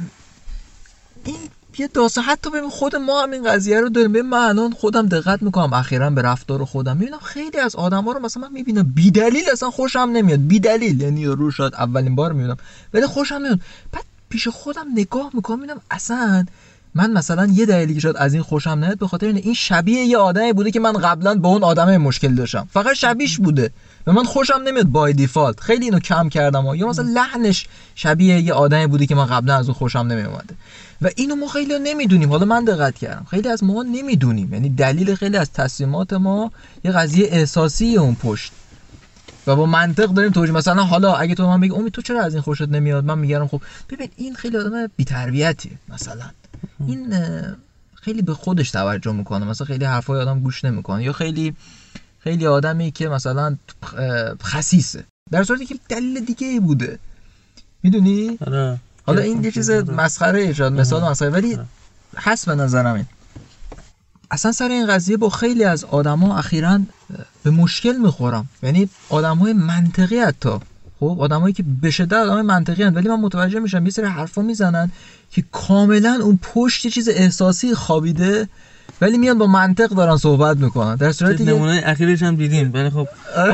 این یه داستان حتی ببین خود ما هم این قضیه رو داریم. ببین من الان خودم دقت میکنم اخیراً به رفتار خودم، میبینم خیلی از آدما رو مثلا من میبینم بی دلیل اصلا خوشم نمیاد، بی دلیل، یعنی رو شاید اولین بار میبینم ولی خوشم نمیاد، بعد پیش خودم نگاه میکنم میبینم اصلا من مثلا یه دلیلی که شاید از این خوشم نمیاد به خاطر اینه این شبیه یه آدمی بوده که من قبلا با اون آدمه مشکل داشتم، فقط شبیهش بوده و من خوشم نمیاد بای دیفالت. خیلی اینو کم کردم ها. یا مثلا لحنش شبیه یه آدمی بودی که من قبلا از اون خوشم نمیومده و اینو ما خیلی نمیدونیم. حالا من دقت کردم خیلی از ما نمیدونیم، یعنی دلیل خیلی از تصمیمات ما یه قضیه احساسی اون پشت و با منطق داریم توجیه. مثلا حالا اگه تو من بگی امید تو چرا از این خوشت نمیاد، من میگم خب ببین این خیلی آدم بی‌تربیتیه، مثلا این خیلی به خودش توجه میکنه، مثلا خیلی حرفای آدم گوش نمیکنه، یا خیلی خیلی آدمی که مثلا خسیسه، در صورتی که دلیل دیگه ای بوده، میدونی؟ آره. حالا این یه چیز مسخره شاید مثال مسخره ولی هست به نظرم. این اصلا سر این قضیه با خیلی از آدما اخیراً به مشکل میخورم، یعنی آدمای منطقی، حتی خب آدمایی که به شدت آدمای منطقی ان، ولی من متوجه میشم یه سری حرفا میزنن که کاملا اون پشت یه چیز احساسی خوابیده ولی میان با منطق دارن صحبت میکنن، در صورتی که نمونه اخیرش هم دیدین. ولی خب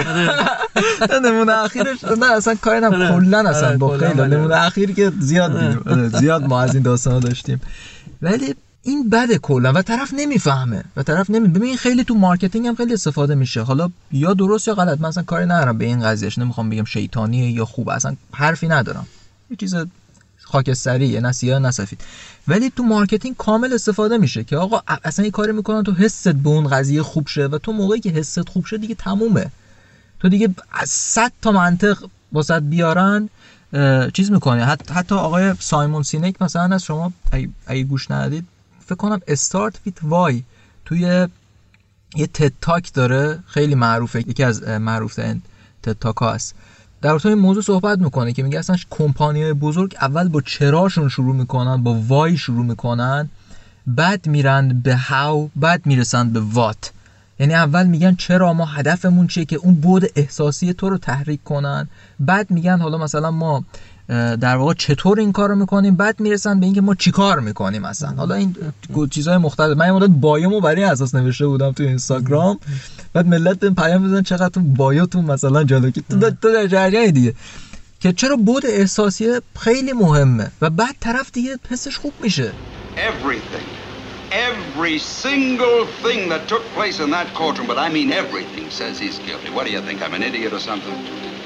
نمونه اخیرش نه اصلا کاری نم کلا اصلا با خیلی نمونه اخیر که زیاد دیدیم، زیاد ما از این داستانا داشتیم، ولی این بده کلا و طرف نمیفهمه و طرف نمی ببین خیلی تو مارکتینگ هم خیلی استفاده میشه، حالا یا درست یا غلط، من اصلا کاری ندارم به این قضیهش، نمیخوام بگم شیطانیه یا خوبه، اصلا حرفی ندارم، یه چیز خاکستریه، نه سیاه نه سفید، ولی تو مارکتینگ کامل استفاده میشه که آقا اصلا این کاری میکنن تو حست به اون قضیه خوب شه و تو موقعی که حست خوب شه دیگه تمومه، تو دیگه از صد تا منطق واسط بیارن چیز میکنه. حتی حتی آقای سایمون سینک مثلا از شما اگه گوش ندادید فکر کنم استارت ویت وای توی یه تد تاک داره، خیلی معروفه، یکی از معروف ترین تد تاک ها هست. در مورد این موضوع صحبت میکنه که میگه اصلا کمپانی‌های بزرگ اول با چراشون شروع میکنن، با وای شروع میکنن، بعد میرن به هاو، بعد میرسن به وات. یعنی اول میگن چرا، ما هدفمون چیه که اون بعد احساسی تو رو تحریک کنن، بعد میگن حالا مثلا ما در واقع چطور این کارو میکنیم، بعد میرسن به اینکه ما چیکار میکنیم مثلا. حالا این چیزهای مختلف. من یه مدت بایومو برای اساس نوشته بودم تو اینستاگرام، بعد ملت بهم پیام میدن چقدر تو بایوتون مثلا جالب، تو در جریان دیگه که چرا بعد احساسی خیلی مهمه و بعد طرف دیگه حسش خوب میشه. Everything, every single thing that took place in that courtroom, but I mean everything, says he's guilty. What do you think, I'm an idiot or something?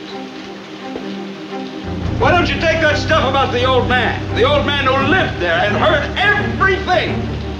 Why don't you take that stuff about the old man, the old man who lived there and heard everything?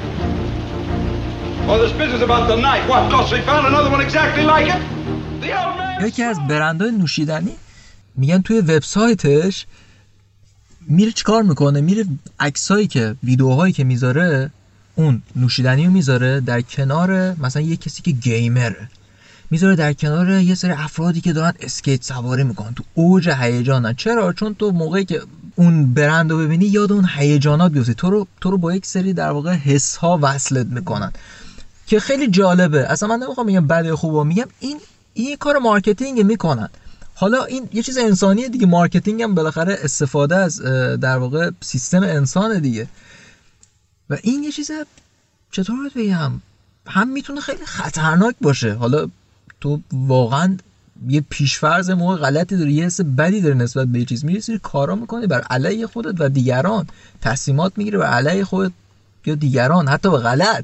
Or this business about the knife, what, because we found another one exactly like it? The old man... یکی از برندهای نوشیدنی میگن توی وبسایتش میره چیکار میکنه، میره عکسایی که ویدیوهایی که میذاره اون نوشیدنی رو میذاره در کنار مثلا یه کسی که گیمره، میذاره در کنار یه سری افرادی که دارن اسکیت سواری میکنن، تو اوج هیجانن. چرا؟ چون تو موقعی که اون برند رو ببینی یاد اون هیجانات بیفتی، تو رو تو رو با یک سری در واقع حس ها وصلت میکنن که خیلی جالبه. اصلا من نمیخوام بگم بده خوبه، میگم این این کار مارکتینگ میکنن. حالا این یه چیز انسانیه دیگه، مارکتینگ هم بالاخره استفاده از در واقع سیستم انسانه دیگه. و این یه چیز چطور بگم، هم میتونه خیلی خطرناک باشه. حالا تو واقعا یه پیشفرض موقع غلطی داری، یه حس بدی داری نسبت به یه چیز، میری سری کارا میکنی بر علیه خودت و دیگران، تصمیمات میگیری بر علیه خودت یا دیگران، حتی به غلط.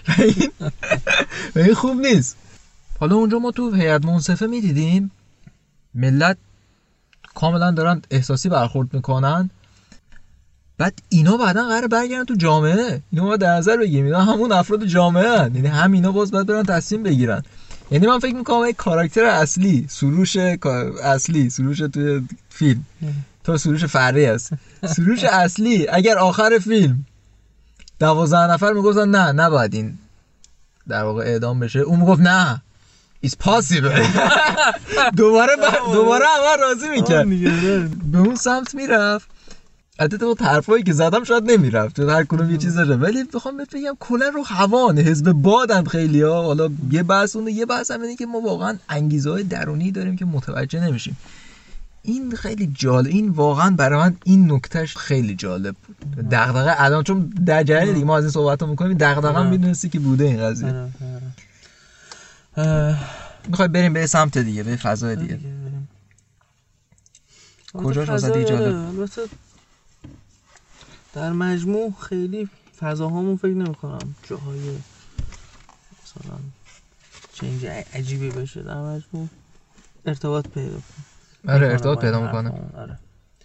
این خوب نیست. حالا اونجا ما تو هیئت منصفه میدیدیم ملت کاملا دارن احساسی برخورد میکنن، بعد اینا بعدا قراره برگردن تو جامعه. اینا ما در نظر بگیریم اینا همون افراد جامعه هن. یعنی هم اینا باز باید برن تصمیم بگیرن. یعنی من فکر میکنم این کاراکتر اصلی، سروش اصلی، سروش توی فیلم تو سروش فرعی هست، سروش اصلی اگر آخر فیلم دوازده نفر میگفتن نه نباید این در واقع اعدام بشه، اون میگفت نه It's possible. دوباره دوباره همه راضی میکرد، به اون سمت میرفت. البته اون حرفایی که زدم شاید نمیرفت، چون هر کدوم یه چیز داره، ولی بخوام بهت بگم کلا رو هوان حزب بادن خیلی‌ها. حالا یه بحث اون، یه بحث هم اینه که ما واقعا انگیزه‌های درونی داریم که متوجه نمیشیم. این خیلی جالب، این واقعا برای من این نکتهش خیلی جالب بود. دغدغه الان چون در جریان دیگه ما از این صحبت‌ها می‌کنیم، دغدغه‌ام میدونستی که بوده این قضیه. میخوای بریم به سمت دیگه، به فضای دیگه. کجاش واسه جالب؟ البته در مجموع خیلی فضاهامون فکر نمی‌کنم جاهای مثلا چنج عجیبی بشه. در مجموع ارتباط پیدا کنه. آره ارتباط پیدا می‌کنه. آره.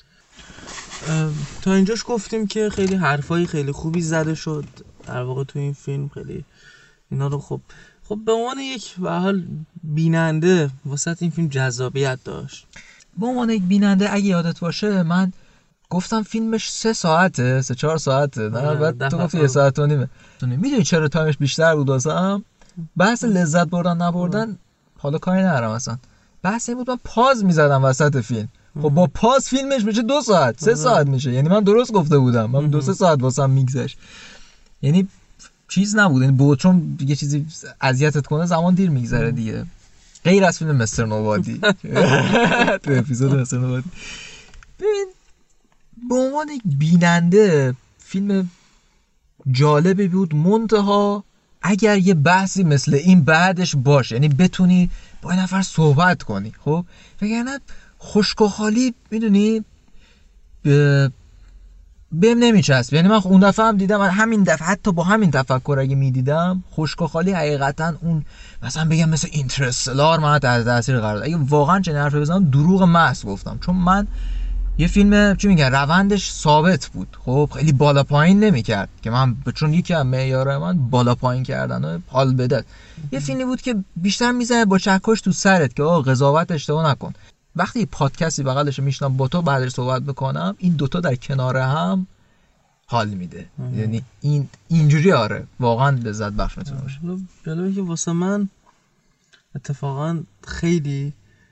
تا اینجاش گفتیم که خیلی حرفای خیلی خوبی زده شد در واقع تو این فیلم. خیلی اینا رو خب خب به عنوان یک به حال بیننده واسه این فیلم جذابیت داشت. به عنوان یک بیننده اگه یادت باشه من گفتم فیلمش سه ساعته، سه چهار ساعته، نه بعد تو گفتی یه ساعت و نیمه. میدونی چرا تایمش بیشتر بود واسم؟ بحث لذت بردن نبردن حالا کاری ندارم اصلا. بحث این بود من پاز میزدم وسط فیلم. خب با پاز فیلمش میشه دو ساعت، سه ساعت میشه. یعنی من درست گفته بودم، من دو سه ساعت واسم میگذشت. یعنی چیز نبود، یعنی بود چون یه چیزی اذیتت کنه زمان دیر میگذره دیگه. غیر از فیلم مستر نوبادی تو اپیزود مستر نوبادی. ببین به عنوان یک بیننده فیلم جالبی بود، منتها اگر یه بحثی مثل این بعدش باشه، یعنی بتونی با این نفر صحبت کنی، خب وگرنه خشک و خالی میدونی ب... بهم نمیچسب. یعنی من اون دفعه هم دیدم، همین دفعه حتی با همین تفکر اگه میدیدم خشک و خالی حقیقتا اون مثلا بگم مثل اینترستلار من تحت تاثیر قرار داد. اگه واقعا چنین حرفی بزنم دروغ محض گفتم، چون من یه فیلم چی میگن روندش ثابت بود، خب خیلی بالا پایین نمیکرد که من چون یکی از معیارهای من بالا پایین کردن حال بده. یه فیلمی بود که بیشتر میزنه با چکش تو سرت که آقا قضاوت اشتباه نکن. وقتی پادکستی بغلش میشنم با تو بعدش صحبت میکنم، این دوتا در کنار هم حال میده. یعنی این اینجوری آره واقعا لذت بخش میتونه باشه. جالبه که واسه من اتفاقا خیلی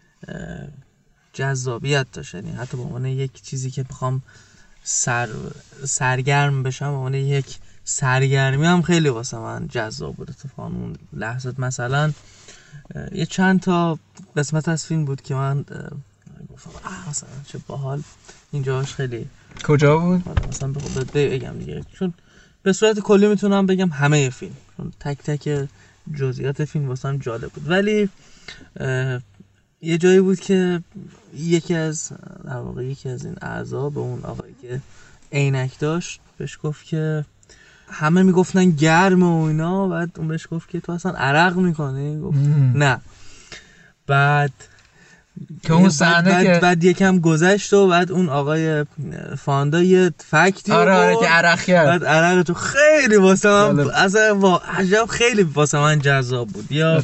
جذابیت داشت، یعنی حتی به عنوان یک چیزی که بخوام سر سرگرم بشم، به عنوان یک سرگرمی هم خیلی واسه من جذاب بود اتفاقا اون لحظه. مثلا یه چند تا قسمت از فیلم بود که من گفتم آه مثلا چه باحال اینجاش. خیلی کجا بود؟ مثلا بخوام بگم دیگه، چون به صورت کلی میتونم بگم همه فیلم، چون تک تک جزئیات فیلم واسم جالب بود. ولی یه جایی بود که یکی از در واقع یکی از این اعضا به اون آقایی که عینک داشت بهش گفت که همه میگفتن گرم و اینا، بعد اون بهش گفت که تو اصلا عرق میکنی؟ گفت نه. بعد که اون صحنه بعد, که بعد یکم گذشت و بعد اون آقای فاندا یه فکتی آره آره که عرق کرد، بعد عرق تو خیلی واسه من اصلا وا عجب خیلی واسه من جذاب بود. یا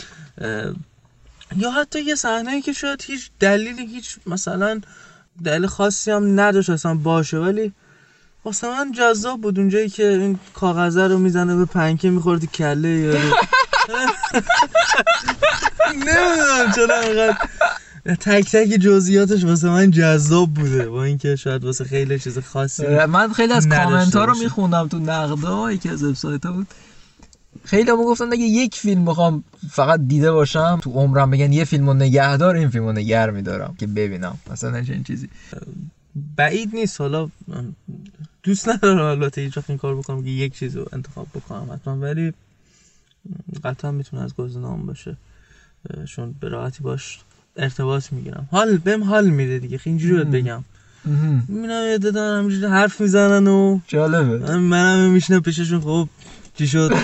یا حتی یه صحنه‌ای که شاید هیچ دلیلی هیچ مثلا دلیل خاصی هم نداشت اصلا باشه، ولی واسه من جذاب بود. اونجایی که این کاغذه رو میزنه به پنکه میخوره تو کله یارو نمیدونم چرا انقدر تک تک جزئیاتش واسه من جذاب بوده، با اینکه شاید واسه خیلی چیز خاصی. من خیلی از کامنت ها رو میخوندم تو نقدها، یکی از وبسایت ها بود، خیلی هم گفتن اگه یک فیلم بخوام فقط دیده باشم تو عمرم بگن یه فیلمو نگهدار، این فیلمو نگه میدارم که ببینم مثلا این چیزی. بعید نیست، حالا دوست ندارم البته هیچ وقت این کار بکنم که یک چیز رو انتخاب بکنم حتما، ولی قطعا میتونه از گزینه‌ام باشه، چون به راحتی باش ارتباط میگیرم، حال بهم حال میده دیگه. اینجوری بهت بگم میبینم یه دادن همینجوری حرف میزنن و جالبه، منم میشنم پیششون خب چی شد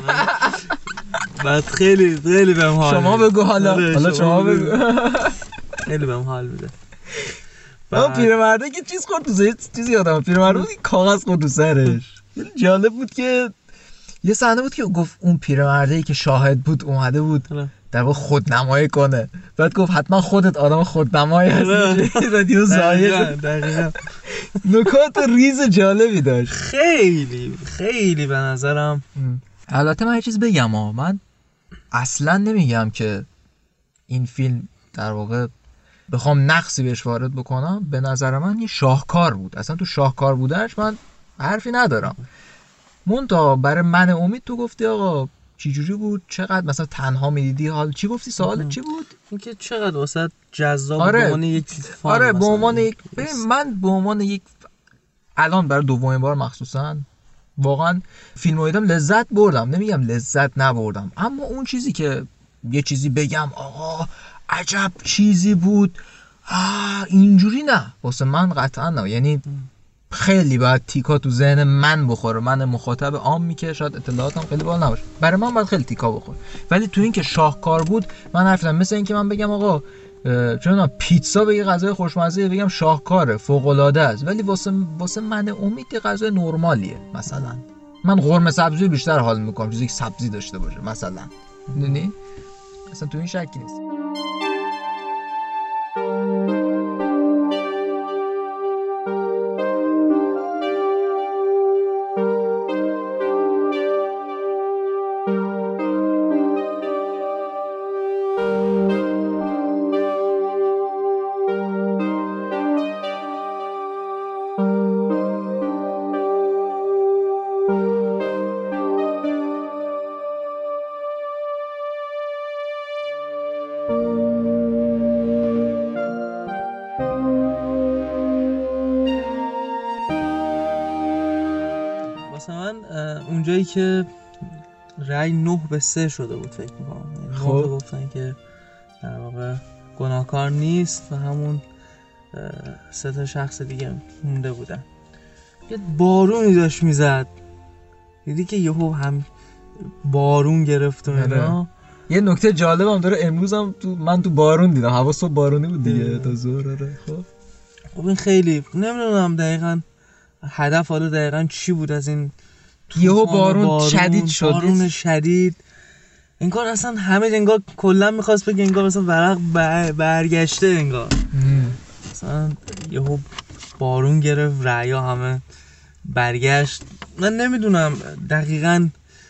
بعد خیلی خیلی بهم حال شما بگو حالا حالا شما بگو خیلی بهم حال میده. اون پیرمرده که چیز خورد تو زیت چیزی یادم پیرمرده بود کاغذ خورد تو سرش. جالب بود که یه صحنه بود که گفت اون پیرمرده‌ای که شاهد بود اومده بود در واقع خودنمایی کنه، بعد گفت حتما خودت آدم خودنمایی هستی رادیو زایه. دقیقاً نکات ریز جالبی داشت، خیلی خیلی به نظرم. البته من یه چیز بگم ها، من اصلا نمیگم که این فیلم در واقع بخوام نقصی بهش وارد بکنم، به نظر من یه شاهکار بود، اصلا تو شاهکار بودنش من حرفی ندارم. منتها برای من امید تو گفتی آقا چی جوری بود، چقدر مثلا تنها میدیدی، حال چی گفتی سوالت چی بود؟ اینکه چقدر واسه جذاب آره. به عنوان یک فان. آره به عنوان یک من به عنوان یک الان برای دومین بار مخصوصا واقعا فیلم رو دیدم لذت بردم، نمیگم لذت نبردم، اما اون چیزی که یه چیزی بگم آقا عجب چیزی بود آه اینجوری نه، واسه من قطعا نه. یعنی خیلی باید تیکا تو ذهن من بخوره، من مخاطب عامی که شاید اطلاعاتم خیلی بالا نباشه، برای من باید خیلی تیکا بخوره. ولی تو این که شاهکار بود من حرف زدم، مثل این که من بگم آقا چون پیتزا به یه غذای خوشمزه بگم شاهکاره فوق العاده است، ولی واسه واسه من امید یه غذای نرمالیه. مثلا من قرمه سبزی بیشتر حال میکنم، چیزی که سبزی داشته باشه مثلا، میدونی اصلا تو این شکی نیست. اونجایی که رأی نه به سه شده بود فکر میکنم، خب گفتن که در واقع گناهکار نیست و همون سه تا شخص دیگه مونده بودن. یه بارونی داشت میزد، دیدی که یهو هم بارون گرفت و اینا. یه نکته جالبم داره، امروز هم تو من تو بارون دیدم، هوا صبح بارونی بود دیگه تا ظهر. آره خب خب این خیلی نمیدونم دقیقاً هدف حالا دقیقاً چی بود از این یهو بارون, بارون شدید شد، بارون شدید انگار اصلا همه انگار کلا میخواست بگه انگار مثلا ورق بر... برگشته انگار مثلا یهو بارون گرفت رعیا همه برگشت. من نمیدونم دقیقاً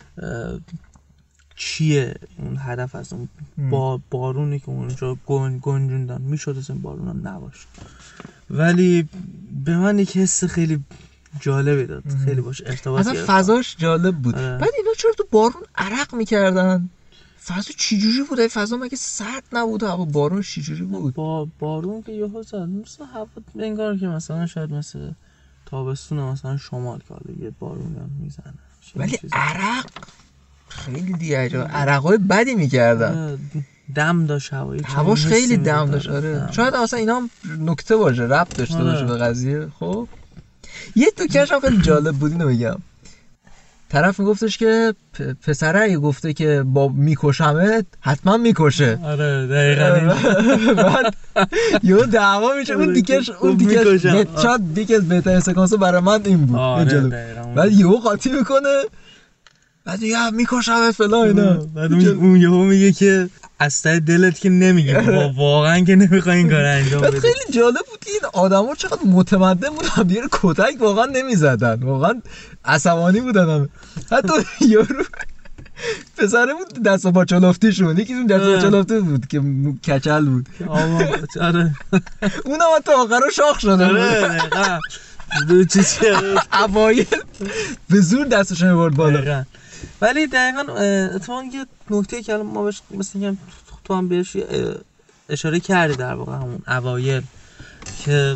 چیه اون هدف از اون با بارونی که اونجا گن... گنجوندن. میشد اصلا بارون هم نباشه ولی به من یک حس خیلی جالبی داد. خیلی باش ارتباط اصلا فضاش جالب بود. آره. بعد اینا چرا تو بارون عرق میکردن؟ فضا چجوری بود؟ فضا مگه سرد نبود؟ هوا بارون چجوری بود؟ با بارون که یهو زد مثلا هوا انگار که مثلا شاید مثل تابستون مثلا شمال که حالا یه بارون هم میزنه ولی عرق خیلی دیگه عرقای بدی میکردن. دم داشت هوایی هواش خیلی دم داشت. آره شاید مثلا اینا هم نکته باشه ربط داشته آره. باشه به قضیه. خب یه تو کشم خیلی جالب بود اینو بگم. طرف میگفتش که پ- پسره گفته که با میکشمت حتما میکشه. آره دقیقاً. بعد یه دعوا میشه اون دیگهش اون دیگهش شاید دیگه از بهترین سکانس برای من این بود. آره بعد یهو قاطی میکنه بعد یا میکشمت فلان اینا. بعد اون یهو میگه که از ته دلت که نمیگه واقعا که نمیخوای این کارو انجام بدی. خیلی جالب بود که این آدما چقدر متمدن بودن دیگه کتک واقعا نمیزدن واقعا عصبانی بودن هم. حتی یارو پسره بود دست و پا چلفتیشون یکیشون دست و پا چلفته بود که کچل بود. آره اونم تا آخر شاخ شده بود. آره دو چیزی اوایل به زور دستش میبرد بالا. ولی دقیقاً اتفاقا یه نکته که الان ما بهش مثلا تو هم بهش اشاره کردی در واقع همون اوایل که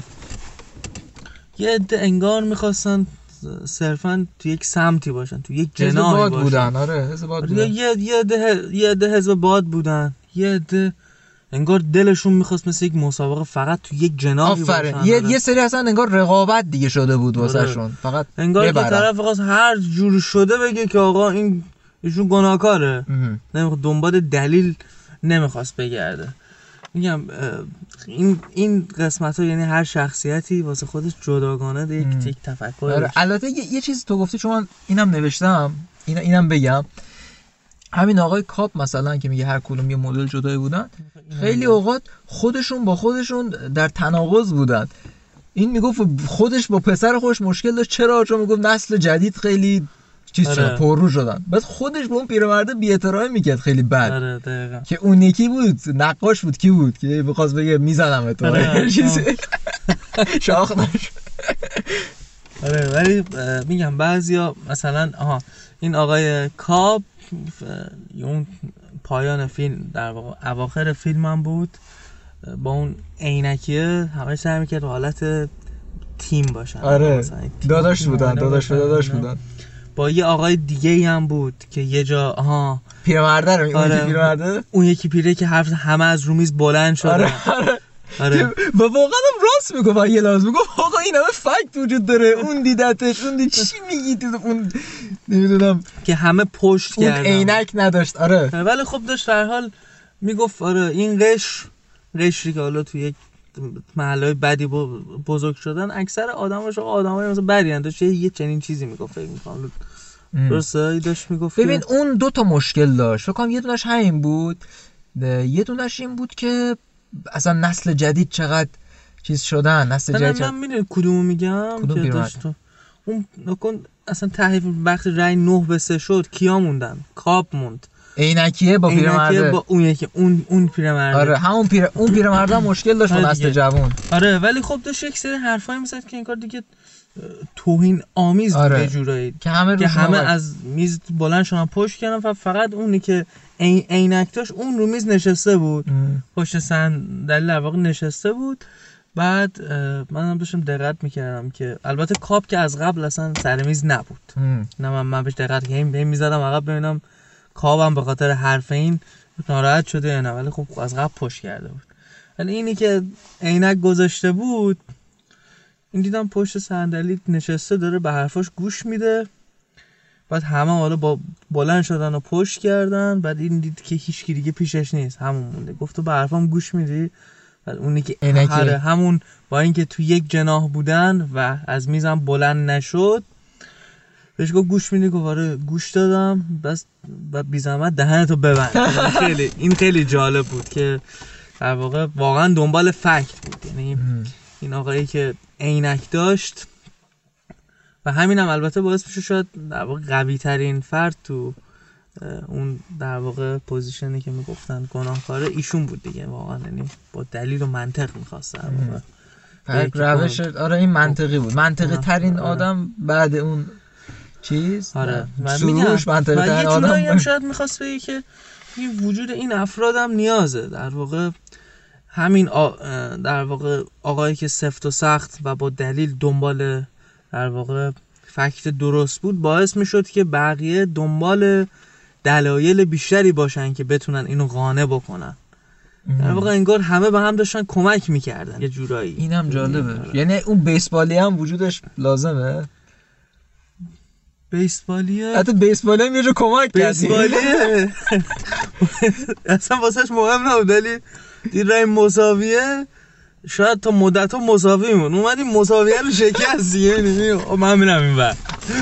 یه عده انگار میخواستن صرفاً تو یک سمتی باشن تو یک جناحی باشن. بودن. آره حزب باد بودن. یه یه عده یه عده حزب باد بودن. یه عده انگار دلشون میخواست مثل یک مسابقه فقط تو یک جناحی باشن. آفرین. یه یه سری اصلا انگار رقابت دیگه شده بود واسهشون. فقط انگار که طرف خواست هر جور شده بگه که آقا این ایشون گناهکاره. نمیخواد دنبال دلیل نمیخواست بگرده. میگم این این قسمت ها یعنی هر شخصیتی واسه خودش جداگانه یک یک تفکر. آره البته یه, یه چیز تو گفتی چون من اینم نوشتم اینا اینم بگم. همین آقای کاپ مثلا که میگه هر کدوم یه مدل جدایی بودن خیلی اوقات خودشون با خودشون در تناقض بودن. این میگفت خودش با پسر خودش مشکل داشت. چرا؟ چون میگفت نسل جدید خیلی چیز شدن پررو شدن. بعد خودش به اون پیرمرده بی‌احترامی میکرد خیلی بد. آره دقیقاً. که اون یکی بود نقاش بود کی بود که بخواست بگه میزنم تو. آره چیزی شاخ نشد. آره ولی میگم بعضیا مثلا آها این آقای کاپ اون پایان فیلم در واقع اواخر فیلم هم بود با اون عینکیه همه سعی میکرد حالت تیم باشن. آره داداش بودن داداش داداش بودن. با یه آقای دیگه هم بود که یه جا آها پیرمرده رو اون یکی پیرمرده اون یکی پیره که حرف همه از رو میز بلند شدن. آره آره آره و واقعا هم راست میگفت. یه لحظه میگفت آقا این همه فکت وجود داره اون دیدتش اون دید چی میگی تو اون نمیدونم که همه پشت کردن اون عینک نداشت. آره ولی خب داشت در حال میگفت آره این قش قشری که حالا تو یک محلهای بدی بزرگ شدن اکثر آدماش آدمای مثلا بدی ان داشت یه چنین چیزی میگفت فکر میکنم درسته داشت میگفت. ببین اون دو تا مشکل داشت فکر کنم. یه دونش همین بود یه دونش این بود که اصلا نسل جدید چقدر چیز شدن. نسل جدید من میدونی کدومو میگم کدوم که داشت اون نکن اصلا تحریف وقتی رای نه به سه شد کیا موندن؟ کاپ موند. عینکیه با پیرمرده با اون یکی اون اون پیرمرده. آره همون پیر اون پیرمرده مشکل داشت با نسل جوان. آره ولی خب داشت یک سری حرفایی میزد که این کار دیگه توهین آمیز بود. آره. یه جورایی که همه که همه از میز بلند شدن پشت کردن و فقط اونی که عینک داشت اون رو میز نشسته بود. پشت صندلی در واقع نشسته بود. بعد من هم داشتم دقت میکردم که البته کاپ که از قبل اصلا سر میز نبود. نه من من بهش دقت کردم ببین میزدم عقب ببینم کاپم به خاطر حرف این ناراحت شده یا نه ولی خب از قبل پشت کرده بود. ولی اینی که عینک گذاشته بود این دیدم پشت صندلی نشسته داره به حرفاش گوش میده. بعد همه حالا با بلند شدن و پشت کردن. بعد این دید که هیچ کی دیگه پیشش نیست همون مونده. گفت تو به حرفام گوش میدی؟ بعد اونی که هره همون با اینکه تو یک جناح بودن و از میزم بلند نشد بهش گفت گوش میدی؟ گفت آره گوش دادم. بس بی زحمت دهنتو ببند. خیلی این خیلی جالب بود که در واقع واقعا دنبال فکت بود. یعنی این آقایی که عینک داشت و همین هم البته باعث میشه شاید در واقع قوی ترین فرد تو اون در واقع پوزیشنی که میگفتن گناهکاره ایشون بود دیگه. واقعا یعنی با دلیل و منطق میخواست در واقع روش. آره این منطقی بود، منطقی ترین آره. آدم بعد اون چیز. آره سروش منطقی ترین آدم. و یه هم شاید میخواست بگه که این وجود این افراد هم نیازه در واقع. همین آ... در واقع آقایی که سفت و سخت و با دلیل دنبال در واقع فکت درست بود باعث میشد که بقیه دنبال دلایل بیشتری باشن که بتونن اینو قانع بکنن. در واقع انگار همه به هم داشتن کمک میکردن یه جورایی. اینم جالبه. یعنی اون بیسبالی هم وجودش لازمه. بیسبالیه حتی بیسبالی هم یه جو کمک کردی. بیسبالیه اصلا واسهش مهم نبود ولی دید رای مساویه شاید تا مدت ها مساوی مون اومدی مساویه رو شکست دیگه. من میرم این بر.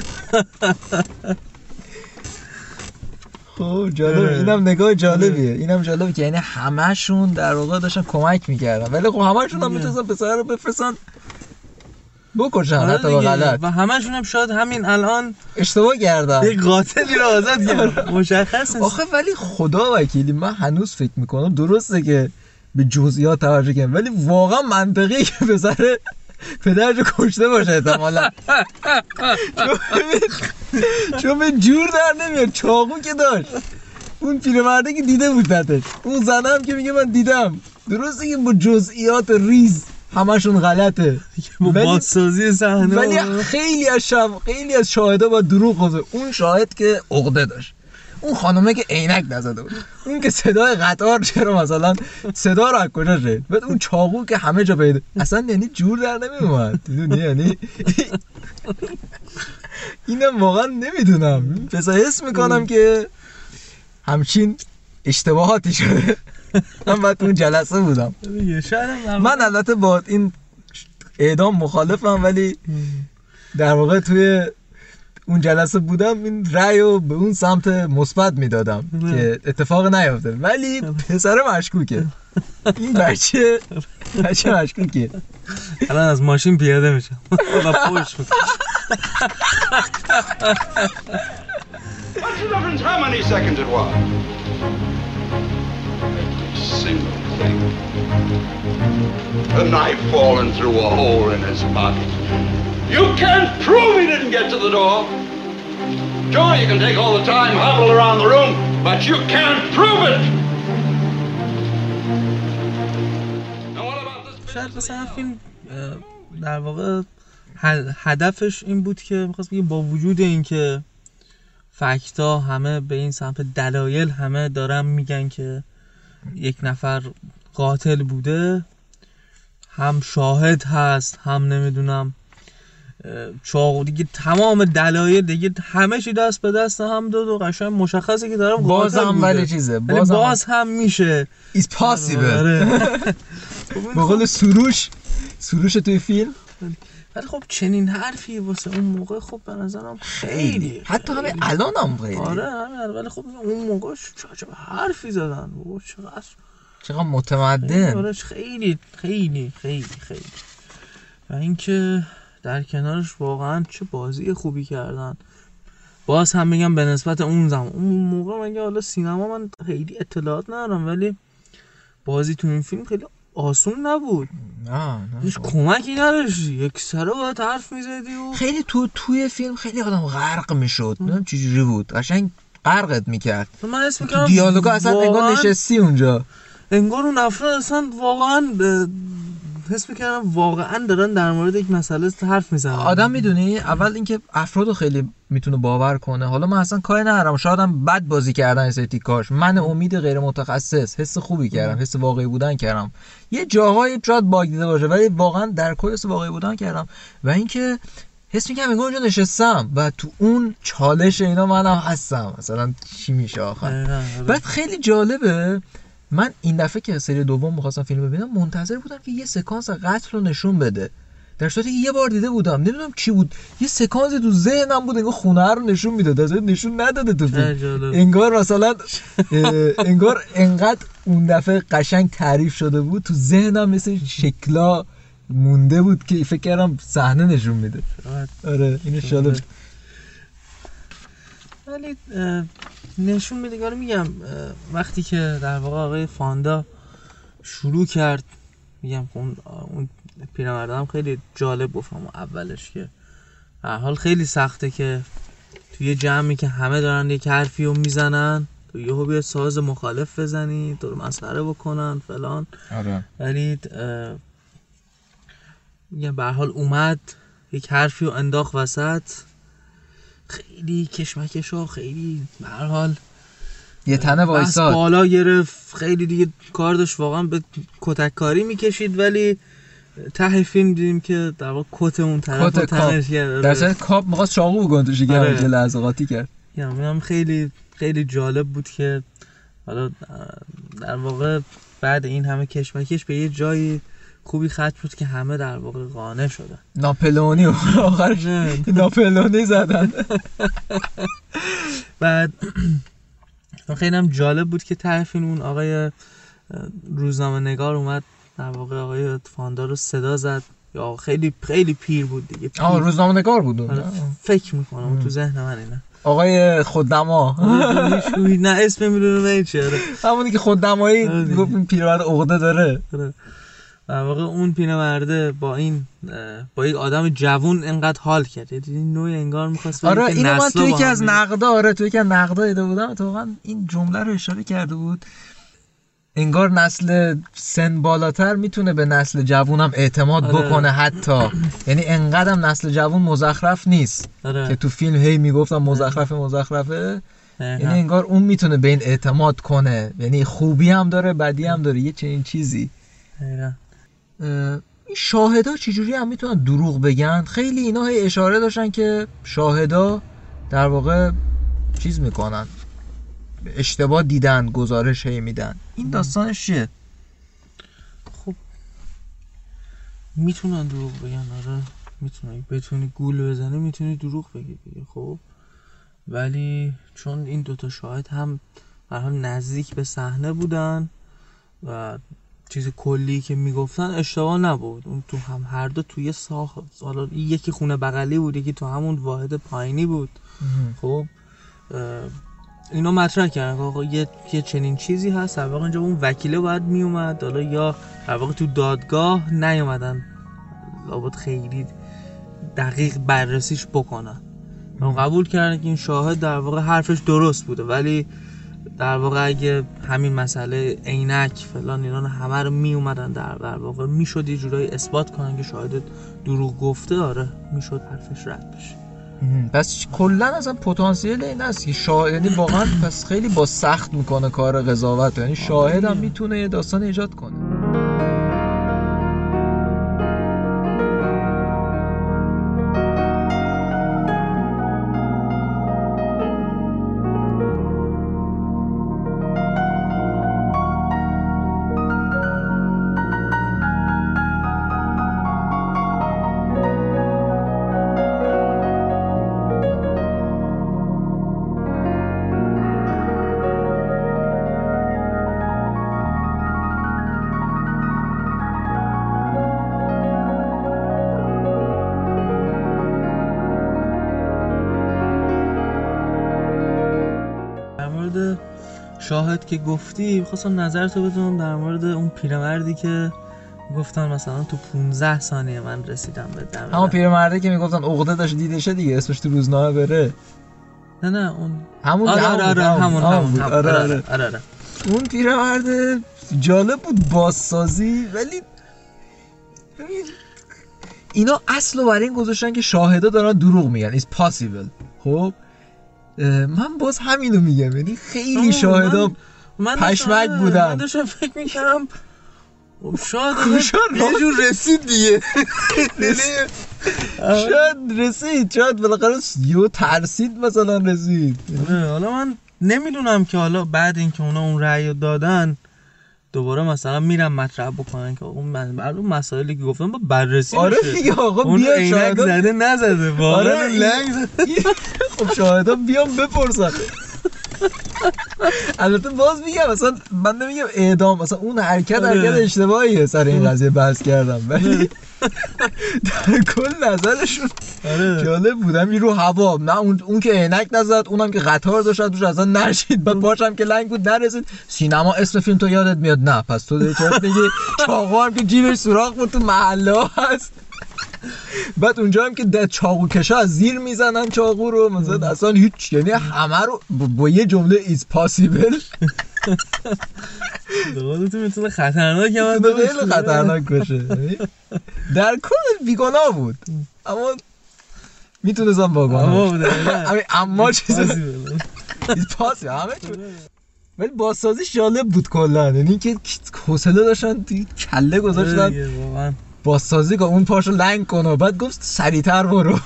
خب جالبه. اینم نگاه جالبیه. اینم جالبه که یعنی همه‌شون در واقع داشتن کمک میکردن ولی خب همه‌شون هم میتونستن پسر رو بفرستن بکشن حتی با غلط و همه‌شون هم شاید همین الان اشتباه کردن یک قاتلی رو آزاد کردن. مشخصه. آخه ولی خدا وکیلی من هنوز فکر میکنم درسته که به جزئیات توجه کنم ولی واقعا منطقیه که پسر پدرشو کشته باشه احتمالا. چون به جور در نمیاد. چاقو که داشت اون پیرمرده که دیده بود تحتش، اون زنم که میگه من دیدم. درسته که با جزئیات ریز همشون غلطه با بازسازی صحنه ولی خیلی از شب خیلی از شاهدا با دروغ گفته. اون شاهد که عقده داشت، اون خانومه که عینک نزده بود، اون که صدای قطار چرا مثلا صدا رو از کجا شد، بعد اون چاقو که همه جا پیدا. اصلا یعنی جور در نمیومد. میدونی یعنی اینم واقعا نمیدونم. پس حس میکنم که همچین اشتباهاتی شده. من بعد اون جلسه بودم. من البته با این اعدام مخالفم ولی در واقع توی اون جلسه بودم این رأیو به اون سمت مثبت میدادم که اتفاق نیفته ولی پسر مشکوکه. این بچه بچه مشکوکه. الان از ماشین پیاده میشم و پوش میکنم. What's the difference how many seconds it was? Single thing. A knife falling through a hole in his pocket. You can't prove he didn't get to the door. Sure, you can take all the time, hobble around the room, but you can't prove it. Now what about this? شاید مثلا فیلم در واقع هدفش این بود که می‌خواست بگه با وجود این که فکتا همه به این سمت دلایل همه دارن میگن که یک نفر قاتل بوده، هم شاهد هست هم نمیدونم چاقو دیگه، تمام دلایل دیگه همه چی دست به دست هم داد و قشنگ مشخصه که دارم باز هم ولی چیزه باز, باز هم, هم میشه It's possible. به قول سروش سروش توی فیلم. ولی خب چنین حرفی واسه اون موقع خب به نظرم خیلی حتی همه الان هم خیلی. آره همین. ولی خب اون موقع چه حرفی زدن بابا، چقدر چقدر متمدن. خیلی خیلی خیلی خیلی و اینکه در کنارش واقعا چه بازی خوبی کردن. باز هم میگم به نسبت اون زمان اون موقع مگه حالا سینما من خیلی اطلاعات ندارم ولی بازی تو این فیلم خیلی آسون نبود. نه نه هیچ کمکی نداشتی، یک سره باید حرف میزدی و خیلی تو توی فیلم خیلی آدم غرق میشد. نمیدونم چجوری بود، قشنگ غرقت میکرد. من حس میکنم دیالوگا اصلا انگار نشستی اونجا، انگار اون افراد اصلا واقعا حس میکنم واقعا دارن در مورد یک مسئله حرف میزنن. آدم میدونی اول اینکه افرادو خیلی میتونه باور کنه. حالا من اصلا کاری ندارم، شاید هم بد بازی کردن استی کاش. من امید غیر متخصص حس خوبی کردم، حس واقعی بودن کردم. یه جاهایی شاید باگ دیده باشه ولی واقعا در کل حس واقعی بودن کردم. و اینکه حس میکنم انگار اونجا نشستم و تو اون چالش اینا منم هستم، مثلا چی میشه آخر. بعد خیلی جالبه، من این دفعه که سری دوم می‌خواستم فیلم ببینم منتظر بودم که یه سکانس قتل رو نشون بده در صورتی که یه بار دیده بودم، نمیدونم چی بود، یه سکانسی تو ذهنم بود انگار خونه رو نشون میداد، در صورتی نشون نداده تو فیلم. انگار مثلا انگار انقدر اون دفعه قشنگ تعریف شده بود تو ذهنم مثل شکلا مونده بود که فکر کردم صحنه نشون میده. آره اینو شاید ولی نشون میده. گارو میگم وقتی که در واقع آقای فاندا شروع کرد، میگم اون اون پیرمرد هم خیلی جالب گفتم اولش که هر حال خیلی سخته که توی جمعی که همه دارن یک حرفی رو میزنن تو یهو بیاد ساز مخالف بزنی، تو رو مسخره بکنن فلان. آره. ولی میگم به هر حال اومد یک حرفی رو انداخت وسط، خیلی کشمکش ها، خیلی به هر حال یه تنه وایساد بالا گرفت، خیلی دیگه کار داشت واقعا به کتک کاری میکشید، ولی ته فیلم دیدیم که در واقع کت اون طرف رو تنش کرد. در صورت کاپ می‌خواست چاقو بگن تو شکم، یه لحظه قاطی کرد. یعنی خیلی خیلی جالب بود که حالا در واقع بعد این همه کشمکش به یه جایی خوبی ختم شد که همه در واقع قانع شدن. ناپلئونی آخرش ناپلئونی زدن. بعد خیلی هم جالب بود که ته فیلم اون آقای روزنامه نگار اومد در واقع آقای فاندا رو صدا زد، یا خیلی خیلی پیر بود دیگه. پیر. آه روزنامه نگار بود اون. فکر میکنم تو ذهن من اینه. آقای خودنما. نه اسم نمیدونم این چیه. همونی که خودنمایی گفت این پیرمرد عقده داره. در واقع اون پیرمرده با این با یک آدم جوون انقدر حال کرد. یعنی نوع انگار می‌خواست. آره اینو من تو یکی از نقدا آره تو یکی از نقدا دیده بودم، واقعا این جمله رو اشاره کرده بود. انگار نسل سن بالاتر میتونه به نسل جوون هم اعتماد آره. بکنه حتی. یعنی انقدرم نسل جوون مزخرف نیست آره. که تو فیلم هی میگفتم مزخرف مزخرفه. یعنی انگار اون میتونه به این اعتماد کنه، یعنی خوبی هم داره بدی هم داره، یه چنین چیزی. این شاهدا چجوری هم میتونن دروغ بگن؟ خیلی اینا هی اشاره داشتن که شاهدا در واقع چیز میکنن، اشتباه دیدن، گزارش هی میدن. این داستانش چیه؟ خب میتونن دروغ بگن آره، میتونن. بتونی گول بزنی میتونی دروغ بگی دیگه. خب ولی چون این دوتا شاهد هم به هر حال نزدیک به صحنه بودن و چیز کلی که میگفتن اشتباه نبود، اون تو هم هر دو توی ساخت، حالا یکی خونه بغلی بود یکی تو همون واحد پایینی بود. خب اینا مطرح کردن آقا یه یه چنین چیزی هست، در واقع اینجا اون وکیله باید می اومد، حالا یا در واقع تو دادگاه نیومدن لابد خیلی دقیق بررسیش بکنن. اون قبول کردن که این شاهد در واقع حرفش درست بوده، ولی در واقع اگه همین مسئله عینک فلان اینا همه رو می اومدن در در واقع میشد یه جورایی اثبات کنن که شاهد دروغ گفته، آره میشد حرفش رد بشه. پس کلا اصلا پتانسیل این است که شاهد، یعنی واقعا پس خیلی با سخت میکنه کار قضاوت، یعنی شاهد هم میتونه یه داستان ایجاد کنه. شاهد که گفتی می‌خواستم نظرتو بدونم در مورد اون پیرمردی که گفتن مثلا تو پانزده ثانیه من رسیدم به دم. همون پیرمردی که میگفتن عقده داشت دیدشه دیگه، اسمش تو روزنامه بره. نه نه اون همون آره آره آره همون همون آره آره آره اون پیرمرد جالب بود بازسازی، ولی اینا اصلو برای این گذاشتن که شاهدا دارن دروغ میگن. It's possible. خب من باز همینو میگم، یعنی خیلی شاهدا پشمک بودن. من داشتم فکر میکنم شاید یه جور رسید دیگه، شاید رسید، شاید بالاخره یو ترسید مثلا رسید. حالا من نمیدونم که حالا بعد اینکه اونا اون رأی دادن دوباره مثلا میرم مطرح بکنن که اون من بعد اون مسائلی که گفتم با بررسی آره میشه. دیگه آقا اون بیا عینک شاهدا زده نزده واقعا آره لنگ زده. خب شاهدا بیام بپرسن. البته باز میگم مثلا من نمیگم اعدام، مثلا اون حرکت حرکت اشتباهیه سر این قضیه بحث کردم، ولی در کل نظرشون جالب بودم. یه رو هوا نه اون اون که عینک نزد، اونم که قطار داشت توش اصلا نشید، بعد پاشم که لنگ بود نرسید. سینما اسم فیلم تو یادت میاد؟ نه پس تو دیگه چرا میگی؟ چاقو هم که جیبش سوراخ بود تو محله هست. بعد اونجا هم که د چاقو کشا از زیر میزنن چاقو رو، مثلا اصلا هیچ، یعنی همه رو با یه جمله ایز پاسیبل. دوباره تو میتونه خطرناک هم خیلی خطرناک باشه. در کل بیگناه بود اما میتونستم با گناه همین اما چیز ایز پاسیبل همه چون. ولی بازسازیش جالب بود کلا، یعنی که حوصله داشتن کله گذاشتن بازسازی که اون پاشو لنگ کنه، بعد گفت سریعتر برو.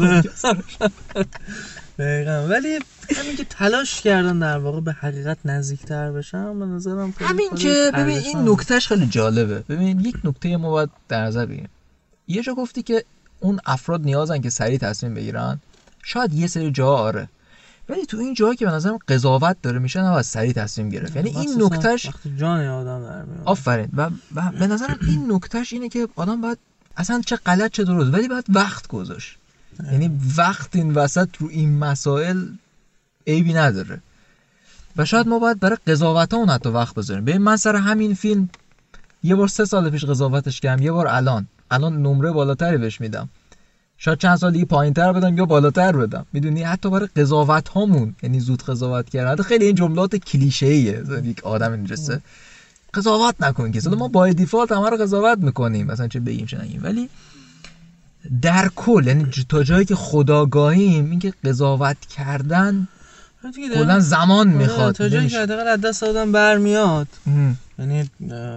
دقیقاً. ولی همین که تلاش کردن در واقع به حقیقت نزدیکتر بشن به نظرم همین که ببین این نکتهش خیلی جالبه. ببین یک نکته ما باید در نظر بگیریم. یه جا گفتی که اون افراد نیازن که سریع تصمیم بگیرن، شاید یه سری جا آره، ولی تو این جایی که به نظرم قضاوت داره میشه نباید سریع تصمیم گرفت. یعنی این نکتهش جان آدم در میاد. آفرین. و, و به نظرم این نکتهش اینه که آدم باید اصلا چه غلط چه درست ولی باید وقت گذاشت. یعنی وقت این وسط رو این مسائل عیبی نداره و شاید ما باید برای قضاوتامون حتی وقت بذاریم. ببین من سر همین فیلم یه بار سه سال پیش قضاوتش کردم، یه بار الان الان نمره بالاتری بهش میدم، شاید چند سال دیگه پایین‌تر بدم یا بالاتر بدم. میدونی حتی برای قضاوت هامون، یعنی زود قضاوت کردن، خیلی این جملات کلیشه‌ایه یک آدم اینجسته قضاوت نکن که ما با دیفالت همه رو قضاوت میکنیم، مثلا چه بگیم چه نگیم، ولی در کل یعنی تا جایی که خودآگاهیم این که قضاوت کردن کلا زمان میخواد. تا جایی که حداقل از دست آدم برمیاد. یعنی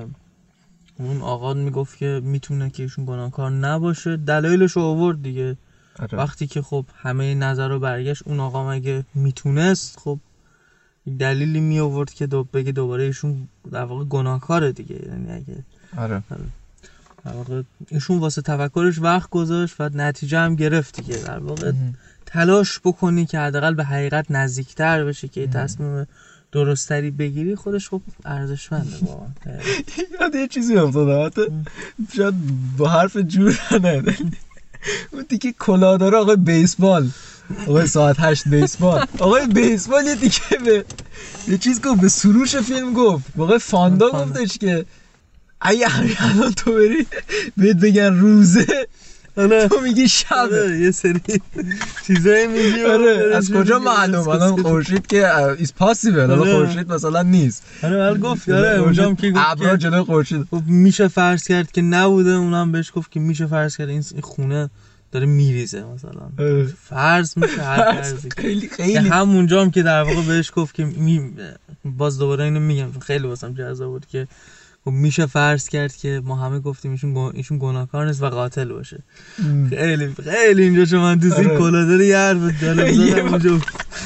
اون آقا میگفت که میتونه که ایشون گناهکار نباشه، دلایلش رو آورد دیگه. آره. وقتی که خب همه نظر رو برگشت اون آقا مگه میتونست خب دلیلی می آورد که دو بگه دوباره ایشون در واقع گناهکاره دیگه. یعنی اگه آره در واقع ایشون واسه تفکرش وقت گذاشت و نتیجه هم گرفت دیگه. در واقع تلاش بکنی که حداقل به حقیقت نزدیکتر بشه که تصمیم درستری بگیری، خودش خب ارزشمنده واقعا. یاد یه چیزی افتادم حتی شاید با حرف جور نه اون دیگه کلا داره آقای بیسبال، آقای ساعت هشت بیسبال، آقای بیسبال یه دیگه به یه چیز گفت، به سروش فیلم گفت، آقای فاندا گفتش که اگه الان تو بری بهت بگن روزه تو میگی شبه، یه سری چیزایی میگی. آره از کجا معلوم الان خورشید که ایز پاسیبل، الان خورشید مثلا نیست. آره ولی گفت آره اونجام که گفت ابرا جلوی خورشید میشه فرض کرد که نبوده، اونم بهش گفت که میشه فرض کرد این خونه داره میریزه مثلا. فرض میشه هر فرضی. خیلی خیلی همونجام که در واقع بهش گفت که می... باز دوباره اینو میگم خیلی واسم جذاب بود که میشه فرض کرد که ما همه گفتیم ایشون گو... ایشون گناهکار نیست و قاتل باشه. خیلی خیلی اینجا چون من تو این کلادر یه حرف جالب زدم اونجا.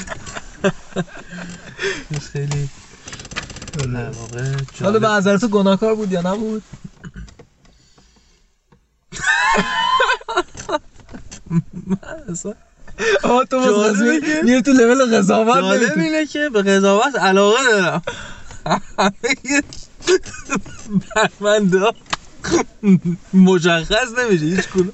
خیلی در واقع حالا به نظر تو گناهکار بود یا نبود؟ اصلا آه تو باز میره تو لول قضاوت. جالب اینه که به قضاوت علاقه دارم. همه برمنده مشخص نمیشه هیچ کنون،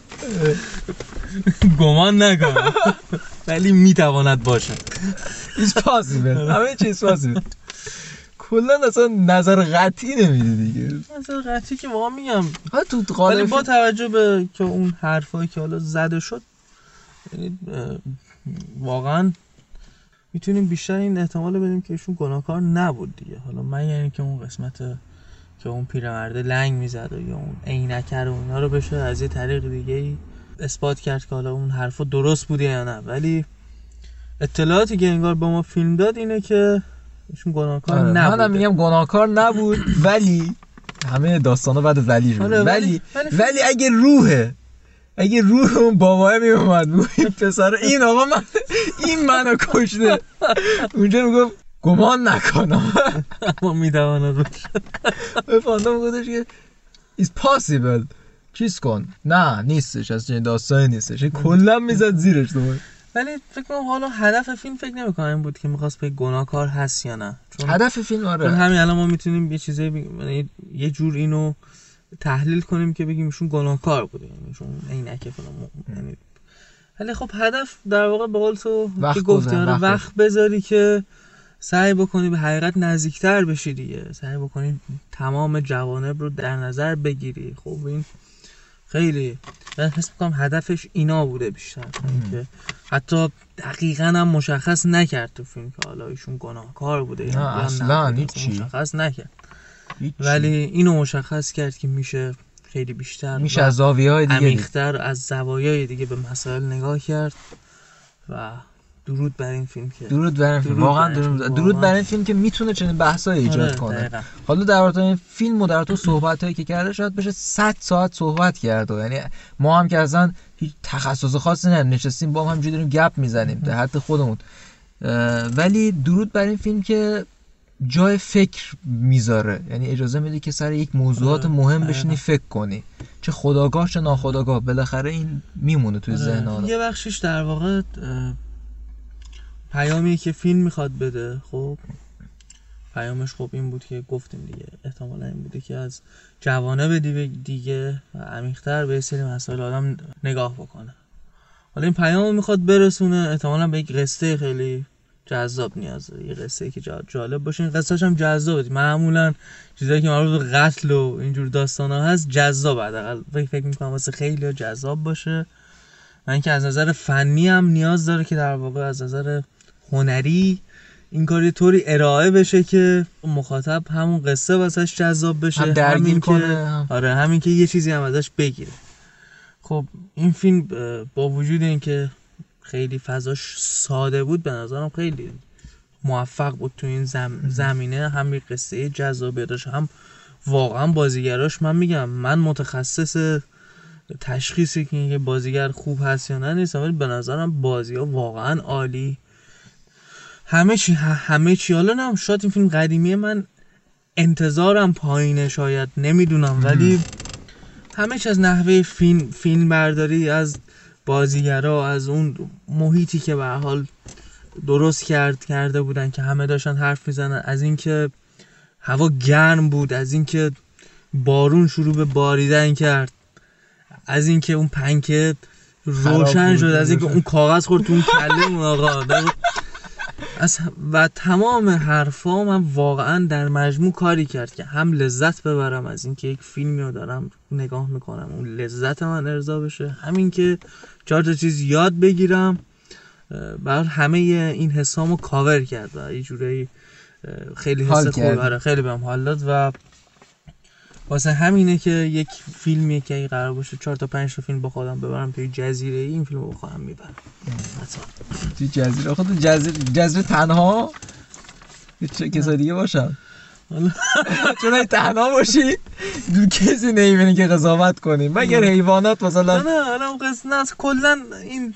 گمان نکنم ولی میتواند باشه. ایز پاسیبل، همه چیز پاسیبل. کلا اصلا نظر قطعی نمیده دیگه. نظر قطعی که واقعا میگم ها تو قالب، ولی با توجه به که اون حرفایی که حالا زده شد یعنی واقعا میتونیم بیشتر این احتمال بدیم که ایشون گناهکار نبود دیگه. حالا من یعنی که اون قسمت که اون پیرمرده لنگ میزد یا اون عینکه رو اونا رو بشه از یه طریق دیگه ای اثبات کرد که حالا اون حرفا درست بوده یا نه، ولی اطلاعاتی که انگار با ما فیلم داد اینه که ایشون گناهکار آره. نبود. منم میگم گناهکار نبود ولی همه داستانا بعد ولی شد. آره ولی ولی, ولی اگه روحه اگه روح اون باباه میومد این پسر این آقا من این منو کشته اونجا میگم گمان نکنم. اما میدواند بود. به فاندام گفتش که it's possible چیز کن. نه نیستش، از این داستانی نیستش. کلا میزد زیرش دوباره. ولی فکر کنم حالا هدف فیلم فکر نمی‌کنم این بود که می‌خواست به گناهکار هست یا نه. چون هدف فیلم آره. چون همین الان ما میتونیم یه چیزی بگیم، یه جور اینو تحلیل کنیم که بگیم ایشون گناهکار بوده، یعنی ایشون عینکه فلان، یعنی ولی خب هدف در واقع به قول تو که گفتی آره وقت, وقت بذاری که سعی بکنی به حقیقت نزدیکتر بشی دیگه، سعی بکنی تمام جوانب رو در نظر بگیری. خب این خیلی من حس می‌کنم هدفش اینا بوده بیشتر، که حتی دقیقاً هم مشخص نکرد تو فیلم که حالا ایشون گناهکار بوده یا نه اصلا هیچی مشخص نکرد، ولی اینو مشخص کرد که میشه خیلی بیشتر میشه از زاویه‌های دیگه عمیق‌تر از زوایای دیگه به مسائل نگاه کرد. و درود بر این فیلم که درود بر این فیلم واقعا درود, درود بر این فیلم که میتونه چنین بحثایی ایجاد کنه. حالا در مورد این فیلم و در تو صحبتایی که کرده شاید بشه صد ساعت صحبت کرد، یعنی ما هم که اصلا هیچ تخصص خاصی نداریم، نشستیم با هم همینجوری داریم گپ میزنیم در حد خودمون، ولی درود بر این فیلم که جای فکر میذاره، یعنی اجازه میده که سر یک موضوعات مهم بشینی فکر کنی، چه خودآگاه چه ناخودآگاه، بالاخره این میمونه توی ذهن آدم. یه بخشش در واقع پیامی که فیلم میخواد بده، خب پیامش خب این بود که گفتیم دیگه، احتمالا این بوده که از جوانب دیگه و عمیق‌تر به سری مسائل آدم نگاه بکنه. حالا این پیامو میخواد برسونه احتمالا به یک قصه خیلی جذاب نیاز داره، یه قصه‌ای که جالب باشه. این قصه‌اش هم جذابه، معمولا چیزایی که مربوط به قتل و اینجور داستانا هست جذاب، حداقل فکر می‌کنم واسه خیلی جذاب باشه. من که از نظر فنی هم نیاز داره که در واقع از نظر هنری این کاری طوری ارائه بشه که مخاطب همون قصه واسش جذاب بشه، هم درگیر کنه، آره همین که یه چیزی هم ازش بگیره. خب این فیلم با وجود اینکه خیلی فضاش ساده بود به نظرم خیلی موفق بود تو این زم... زمینه، هم یه قصه جذابی داشت، هم واقعا بازیگراش. من میگم من متخصص تشخیصی که این بازیگر خوب هست یا نه نیستم، ولی به نظرم بازی‌ها واقعا عالی، همه چی همه چی. حالا نه شاید این فیلم قدیمیه، من انتظارم پایینه شاید، نمیدونم، ولی همه چی از نحوه فیلم فیلم برداری، از بازیگرا، از اون محیطی که به هر حال درست کرد کرده بودن که همه داشتن حرف میزنن، از اینکه هوا گرم بود، از اینکه بارون شروع به باریدن کرد، از اینکه اون پنکه روشن شد، از اینکه اون کاغذ خورد تو اون کله‌مون آقا از و تمام حرفا من واقعا در مجموع کاری کرد که هم لذت ببرم از اینکه یک فیلمی رو دارم نگاه میکنم، اون لذت من ارضا بشه، همین که چهار تا چیز یاد بگیرم، بر همه این حسامو کاور کرد و یه جوری خیلی حس خوبه، خیلی بهم حال داد. و واسه همینه که یک فیلمی که قرار باشه چهار تا پنج تا فیلم با خودم ببرم توی جزیره، این فیلمو با خودم میبرم. توی جزیره خود جزیره جزیره تنها چه کسای دیگه باشن؟ چون ای تنها باشی دو کسی نمیبینی که قضاوت کنیم، مگر حیوانات مثلا. نه نه نه قصد نه، کلا این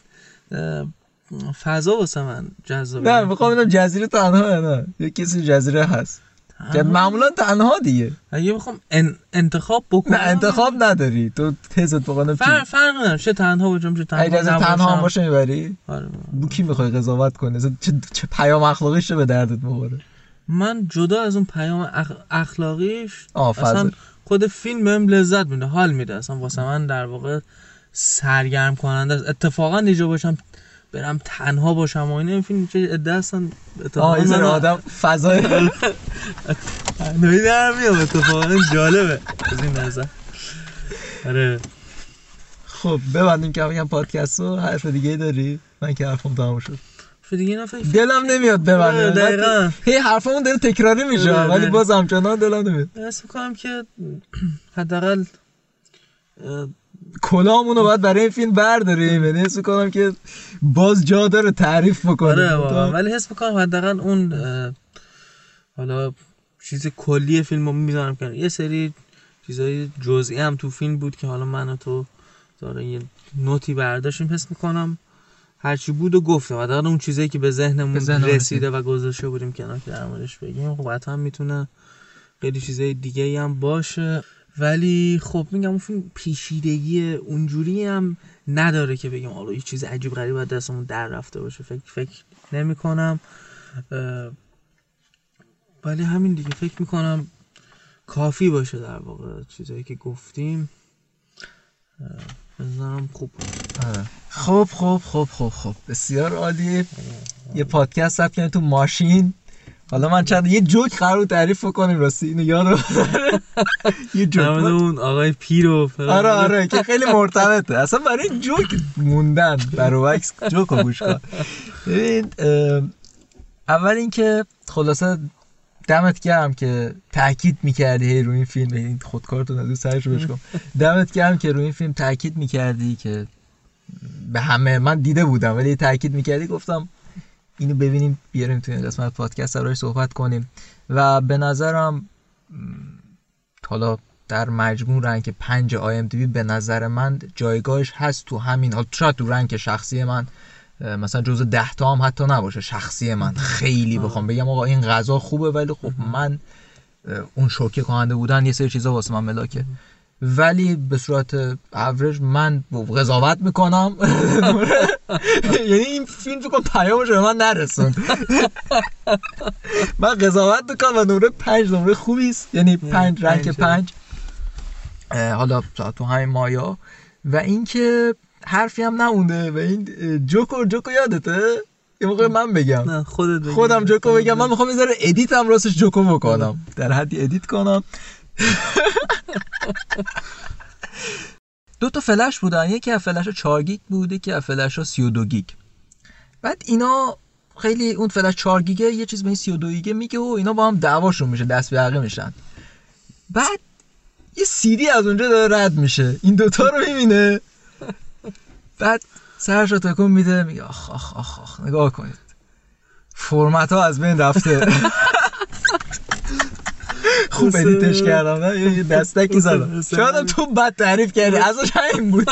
فضا واسه من جذابه. نه میخوام ببینم جزیره تنها نه یه کسی جزیره هست که معمولا تنها دیگه. اگه بخوام ان... انتخاب بکنم، نه انتخاب نداری تو، تزت بقانه فرق فرق نداره، چه تنها باشم چه تنها نباشم. اگه تنها هم باشه میبری؟ آره. بو کی میخوای قضاوت کنی؟ چه چه پیام اخلاقیش به دردت بخوره؟ من جدا از اون پیام اخ... اخلاقیش اصلا خود فیلم بهم لذت میده، حال میده، اصلا واسه من در واقع سرگرم کننده است. اتفاقا دیجا باشم برم تنها باشم و این فیلم چه عده هستن اتفاقا این آدم فضای نوی در میام، اتفاقا جالبه از این نظر. آره خب ببندیم که بگم پادکست رو. حرف دیگه داری؟ من که حرفم تمام شد. حرف دیگه نه، فکر دلم نمیاد ببندم. دقیقاً هی حرفمون داره تکراری میشه ولی باز همچنان دلم نمیاد. حس می‌کنم که حداقل کلامونو باید برای این فیلم برداریم، یعنی حس می‌کنم که باز جا داره تعریف بکنیم. آره ولی حس می‌کنم حداقل اون حالا چیز کلی فیلمو میذارم کنار، یه سری چیزای جزئی هم تو فیلم بود که حالا من و تو داره یه نوتی برداشتیم، حس می‌کنم هرچی بود و گفتم و در اون چیزایی که به ذهنمون ذهن رسیده و گذاشته بودیم کنار که در موردش بگیم. خب حتما میتونه خیلی چیزای دیگه هم باشه، ولی خب میگم اون فیلم پیچیدگی اونجوری هم نداره که بگیم حالا یه چیز عجیب غریب از دستمون در رفته باشه. فکر فکر نمی کنم، ولی همین دیگه فکر میکنم کافی باشه در واقع چیزایی که گفتیم. بزنم خوب آره. خب خب خب خب خب بسیار عالی. یه پادکست ثبت کردیم تو ماشین. حالا من چند یه جوک قرار تعریف کنیم، راستی اینو یادم یه جوک اون آقای پیرو. آره آره که خیلی مرتبطه اصلا برای جوک موندن برای عکس جوک رو گوش کن. ببین اول اینکه خلاصه دمت گرم که تاکید می‌کردی روی این فیلم، این خودکارتون از سرش رو بشکم. دمت گرم که روی این فیلم تاکید می‌کردی که به همه من دیده بودم ولی تاکید می‌کردی، گفتم اینو ببینیم بیاریم توی این قسمت پادکست روش صحبت کنیم. و به نظرم حالا در مجموع رنگ پنج آی ام دی بی به نظر من جایگاهش هست تو همین، حالا شاید تو رنگ شخصی من مثلا جزء ده تا هم حتی نباشه، شخصی من خیلی بخوام بگم آقا این غذا خوبه ولی خب من اون شوکه کننده بودن یه سری چیزا واسه من ملاکه، ولی به صورت اوریج من قضاوت میکنم. یعنی این فیلم فکر کنم پیامش به من نرسوند. من قضاوت میکنم و نمره پنج نمره خوبی است، یعنی پنج رنگ پنج حالا تو همین مایا. و اینکه حرفی هم نمونده و این جوکو جوکو یادته یه موقع من بگم نه خودت خودم جوکو بگم، من میخوام یه ذره ادیت هم راستش جوکو بکنم، در حدی ادیت کنم. دو تا فلش بودن، یکی از فلش ها چهار گیگ بود، یکی از فلش ها سی و دو گیگ. بعد اینا خیلی اون فلش چهار گیگه یه چیز به این سی و دو گیگه میگه و اینا با هم دعواشون میشه، دست به عقه میشن. بعد یه سی دی از اونجا داره رد میشه، این دوتا رو میبینه، بعد سرش رو تکون میده میگه آخ آخ آخ آخ نگاه کنید فرمت ها از بین رفته. خوب ادیتش کردم نه یه دستکی زدم، شاید تو بد تعریف کردی ازش همین بود.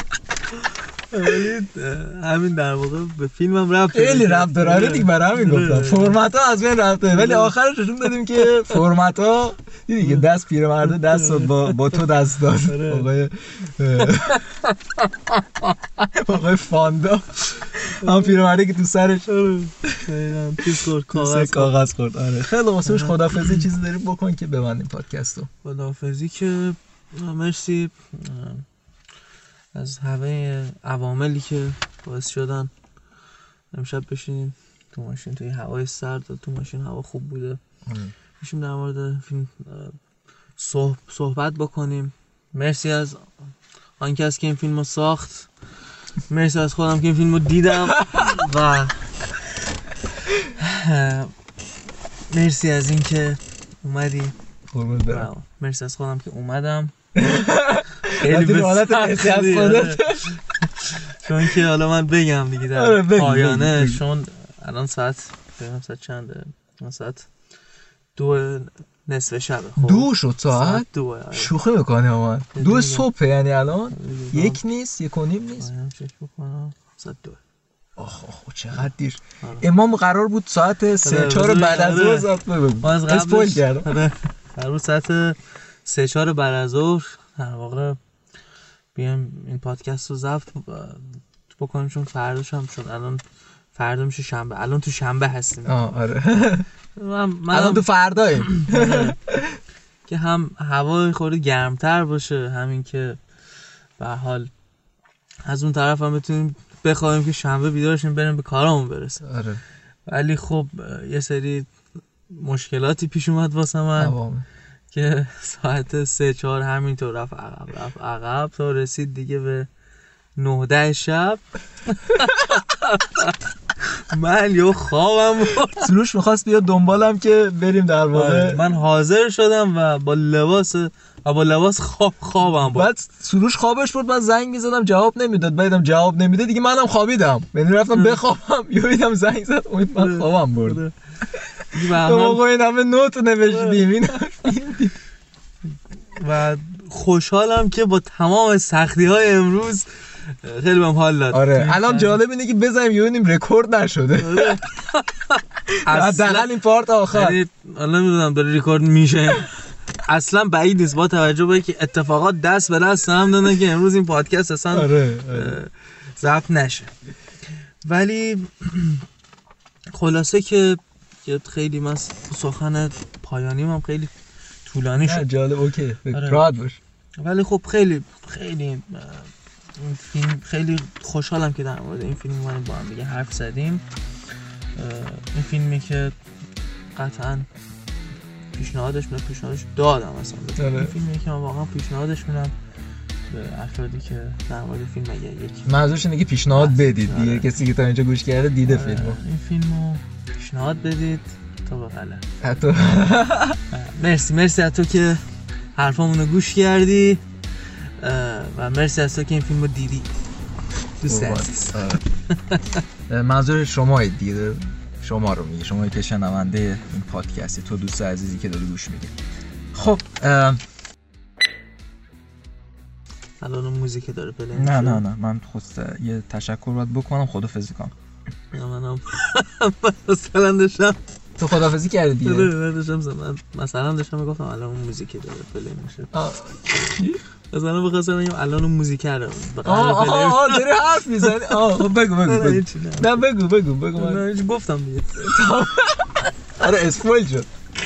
ولی همین در واقع به فیلمم رفت خیلی رفت داره دیگه، برای همین گفتم فرمت ها از بین رفته، ولی آخرش نشون دادیم که فرمت ها دیدی که دست پیرمرده دست با با تو دست داد. آقای آقای فاندا هم پیرمرده که تو سرش پیس خورد کاغذ کاغذ خورد. آره خیلی واسهش خدافظی چیزی داری بکن که ببندیم پادکستو. خدافظی که مرسی از همه عواملی که باعث شدن امشب بشینیم تو ماشین، توی هوای سرد تو ماشین هوا خوب بوده بشیم در مورد فیلم صحبت بکنیم. مرسی از آن کس که این فیلم رو ساخت، مرسی از خودم که این فیلم رو دیدم و مرسی از این که اومدی. مرسی از خودم که اومدم. خیلی حالت مرسی از خودت، چون که حالا من بگم دیگه در پایانه، چون الان ساعت بگم ساعت چنده؟ ساعت دو نصف شبه. خب دو شد ساعت؟ دو. شوخی میکنی آمان دو صبح یعنی الان یک نیست یک و نیم نیست. چک بکنم ساعت دو. آخ آخ چقدر دیر. امام قرار بود ساعت سه چهار بعد از ظهر زد بگم اسپویل کردم. قرار بود ساعت سه چهار بعد از ظهر در واقع بیام این پادکست رو ضبط بکنیم، چون فرداش هم شد، الان فردا میشه شنبه، الان تو شنبه هستیم. آه آره من من الان تو فرداییم که هم هوا خورده گرمتر باشه، همین که به حال از اون طرف هم بتونیم بخوایم که شنبه بیدار شیم بریم به کارامون برسیم. آره ولی خب یه سری مشکلاتی پیش اومد واسه من عوامه. که ساعت سه چهار همینطور رفت عقب رفت عقب تا رسید دیگه به نه ده شب. من یه خوابم برد. سروش میخواست بیاد دنبالم که بریم در واقع. من حاضر شدم و با لباس و با لباس خواب خوابم برد. بعد سروش خوابش برد، من زنگ میزدم جواب نمیداد، بعدم جواب نمیده دیگه منم خوابیدم، یعنی رفتم بخوابم یهو دیدم زنگ زد امید من خوابم برد. تو موقع این همه نوت نوشتیم و خوشحالم که با تمام سختی های امروز خیلی بهم حال داد. آره الان جالب اینه که بزنیم یه نیم رکورد نشده. آره. حداقل این پارت آخر. یعنی حالا نمیدونم داره رکورد میشه. اصلا بعید نیست با توجه به که اتفاقات دست به دست هم دادن که امروز این پادکست اصلا آره آره. ضبط نشه. ولی خلاصه که خیلی من سخن پایانیم هم خیلی طولانی شد. جالب اوکی. آره. راحت باش. ولی خب خیلی خیلی این فیلم خیلی خوشحالم که در مورد این فیلم ما با هم دیگه حرف زدیم. این فیلمی که قطعاً پیشنهادش میدم پیشنهادش دادم اصلا. این فیلمی که من واقعا پیشنهادش میدم به افرادی که در مورد فیلم اگه یکی منظورش اینه که پیشنهاد بدید دیگه. کسی که تا اینجا گوش کرده دیده فیلمو. این فیلمو پیشنهاد بدید تا بغله. حتی مرسی مرسی از تو که حرفامونو گوش کردی و مرسی از تو که این فیلمو دیدی. دوست عزیز. منظور شما دیگه، شما رو میگه، شما که شنونده این پادکستی، تو دوست عزیزی که داری گوش میدی. خب الان موزیک داره پلی. نه نه نه من خود یه تشکر باید بکنم، خدافظی کنم. منم مثلا داشتم تو خدافظی کردی دیگه. آره داشتم من مثلا داشتم میگفتم الان اون موزیک داره پلی میشه. مثلا بخواستم بگم الان اون موزیک رو آه آه آه داری حرف میزنی. آه خب بگو بگو بگو. نه بگو بگو بگو. من هیچ گفتم دیگه. آره اسپویل شد.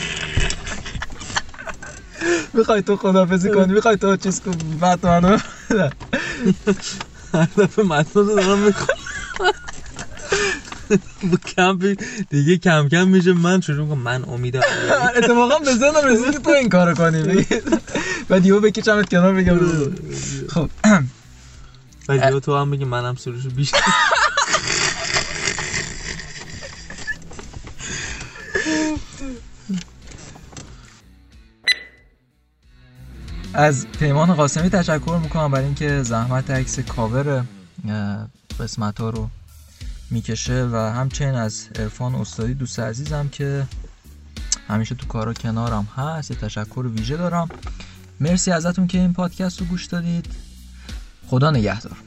میخوای تو خدافظی کنی؟ میخوای تو چیز کنی؟ بعد منو نه هر دفعه متن رو دارم میخوام کم دیگه کم کم میشه من شروع کنم من امیدم. اتفاقا به ذهنم رسید که تو این کارو کنی بعد یهو بکشمت کنار بگم خب بعد یهو تو هم بگی منم سروشو بیشتر. از پیمان قاسمی تشکر میکنم برای اینکه زحمت عکس کاور قسمت ها رو میکشه و همچنین از عرفان استادی دوست عزیزم که همیشه تو کارا کنارم هست. یه تشکر ویژه دارم. مرسی ازتون که این پادکست رو گوش دادید. خدا نگهدار.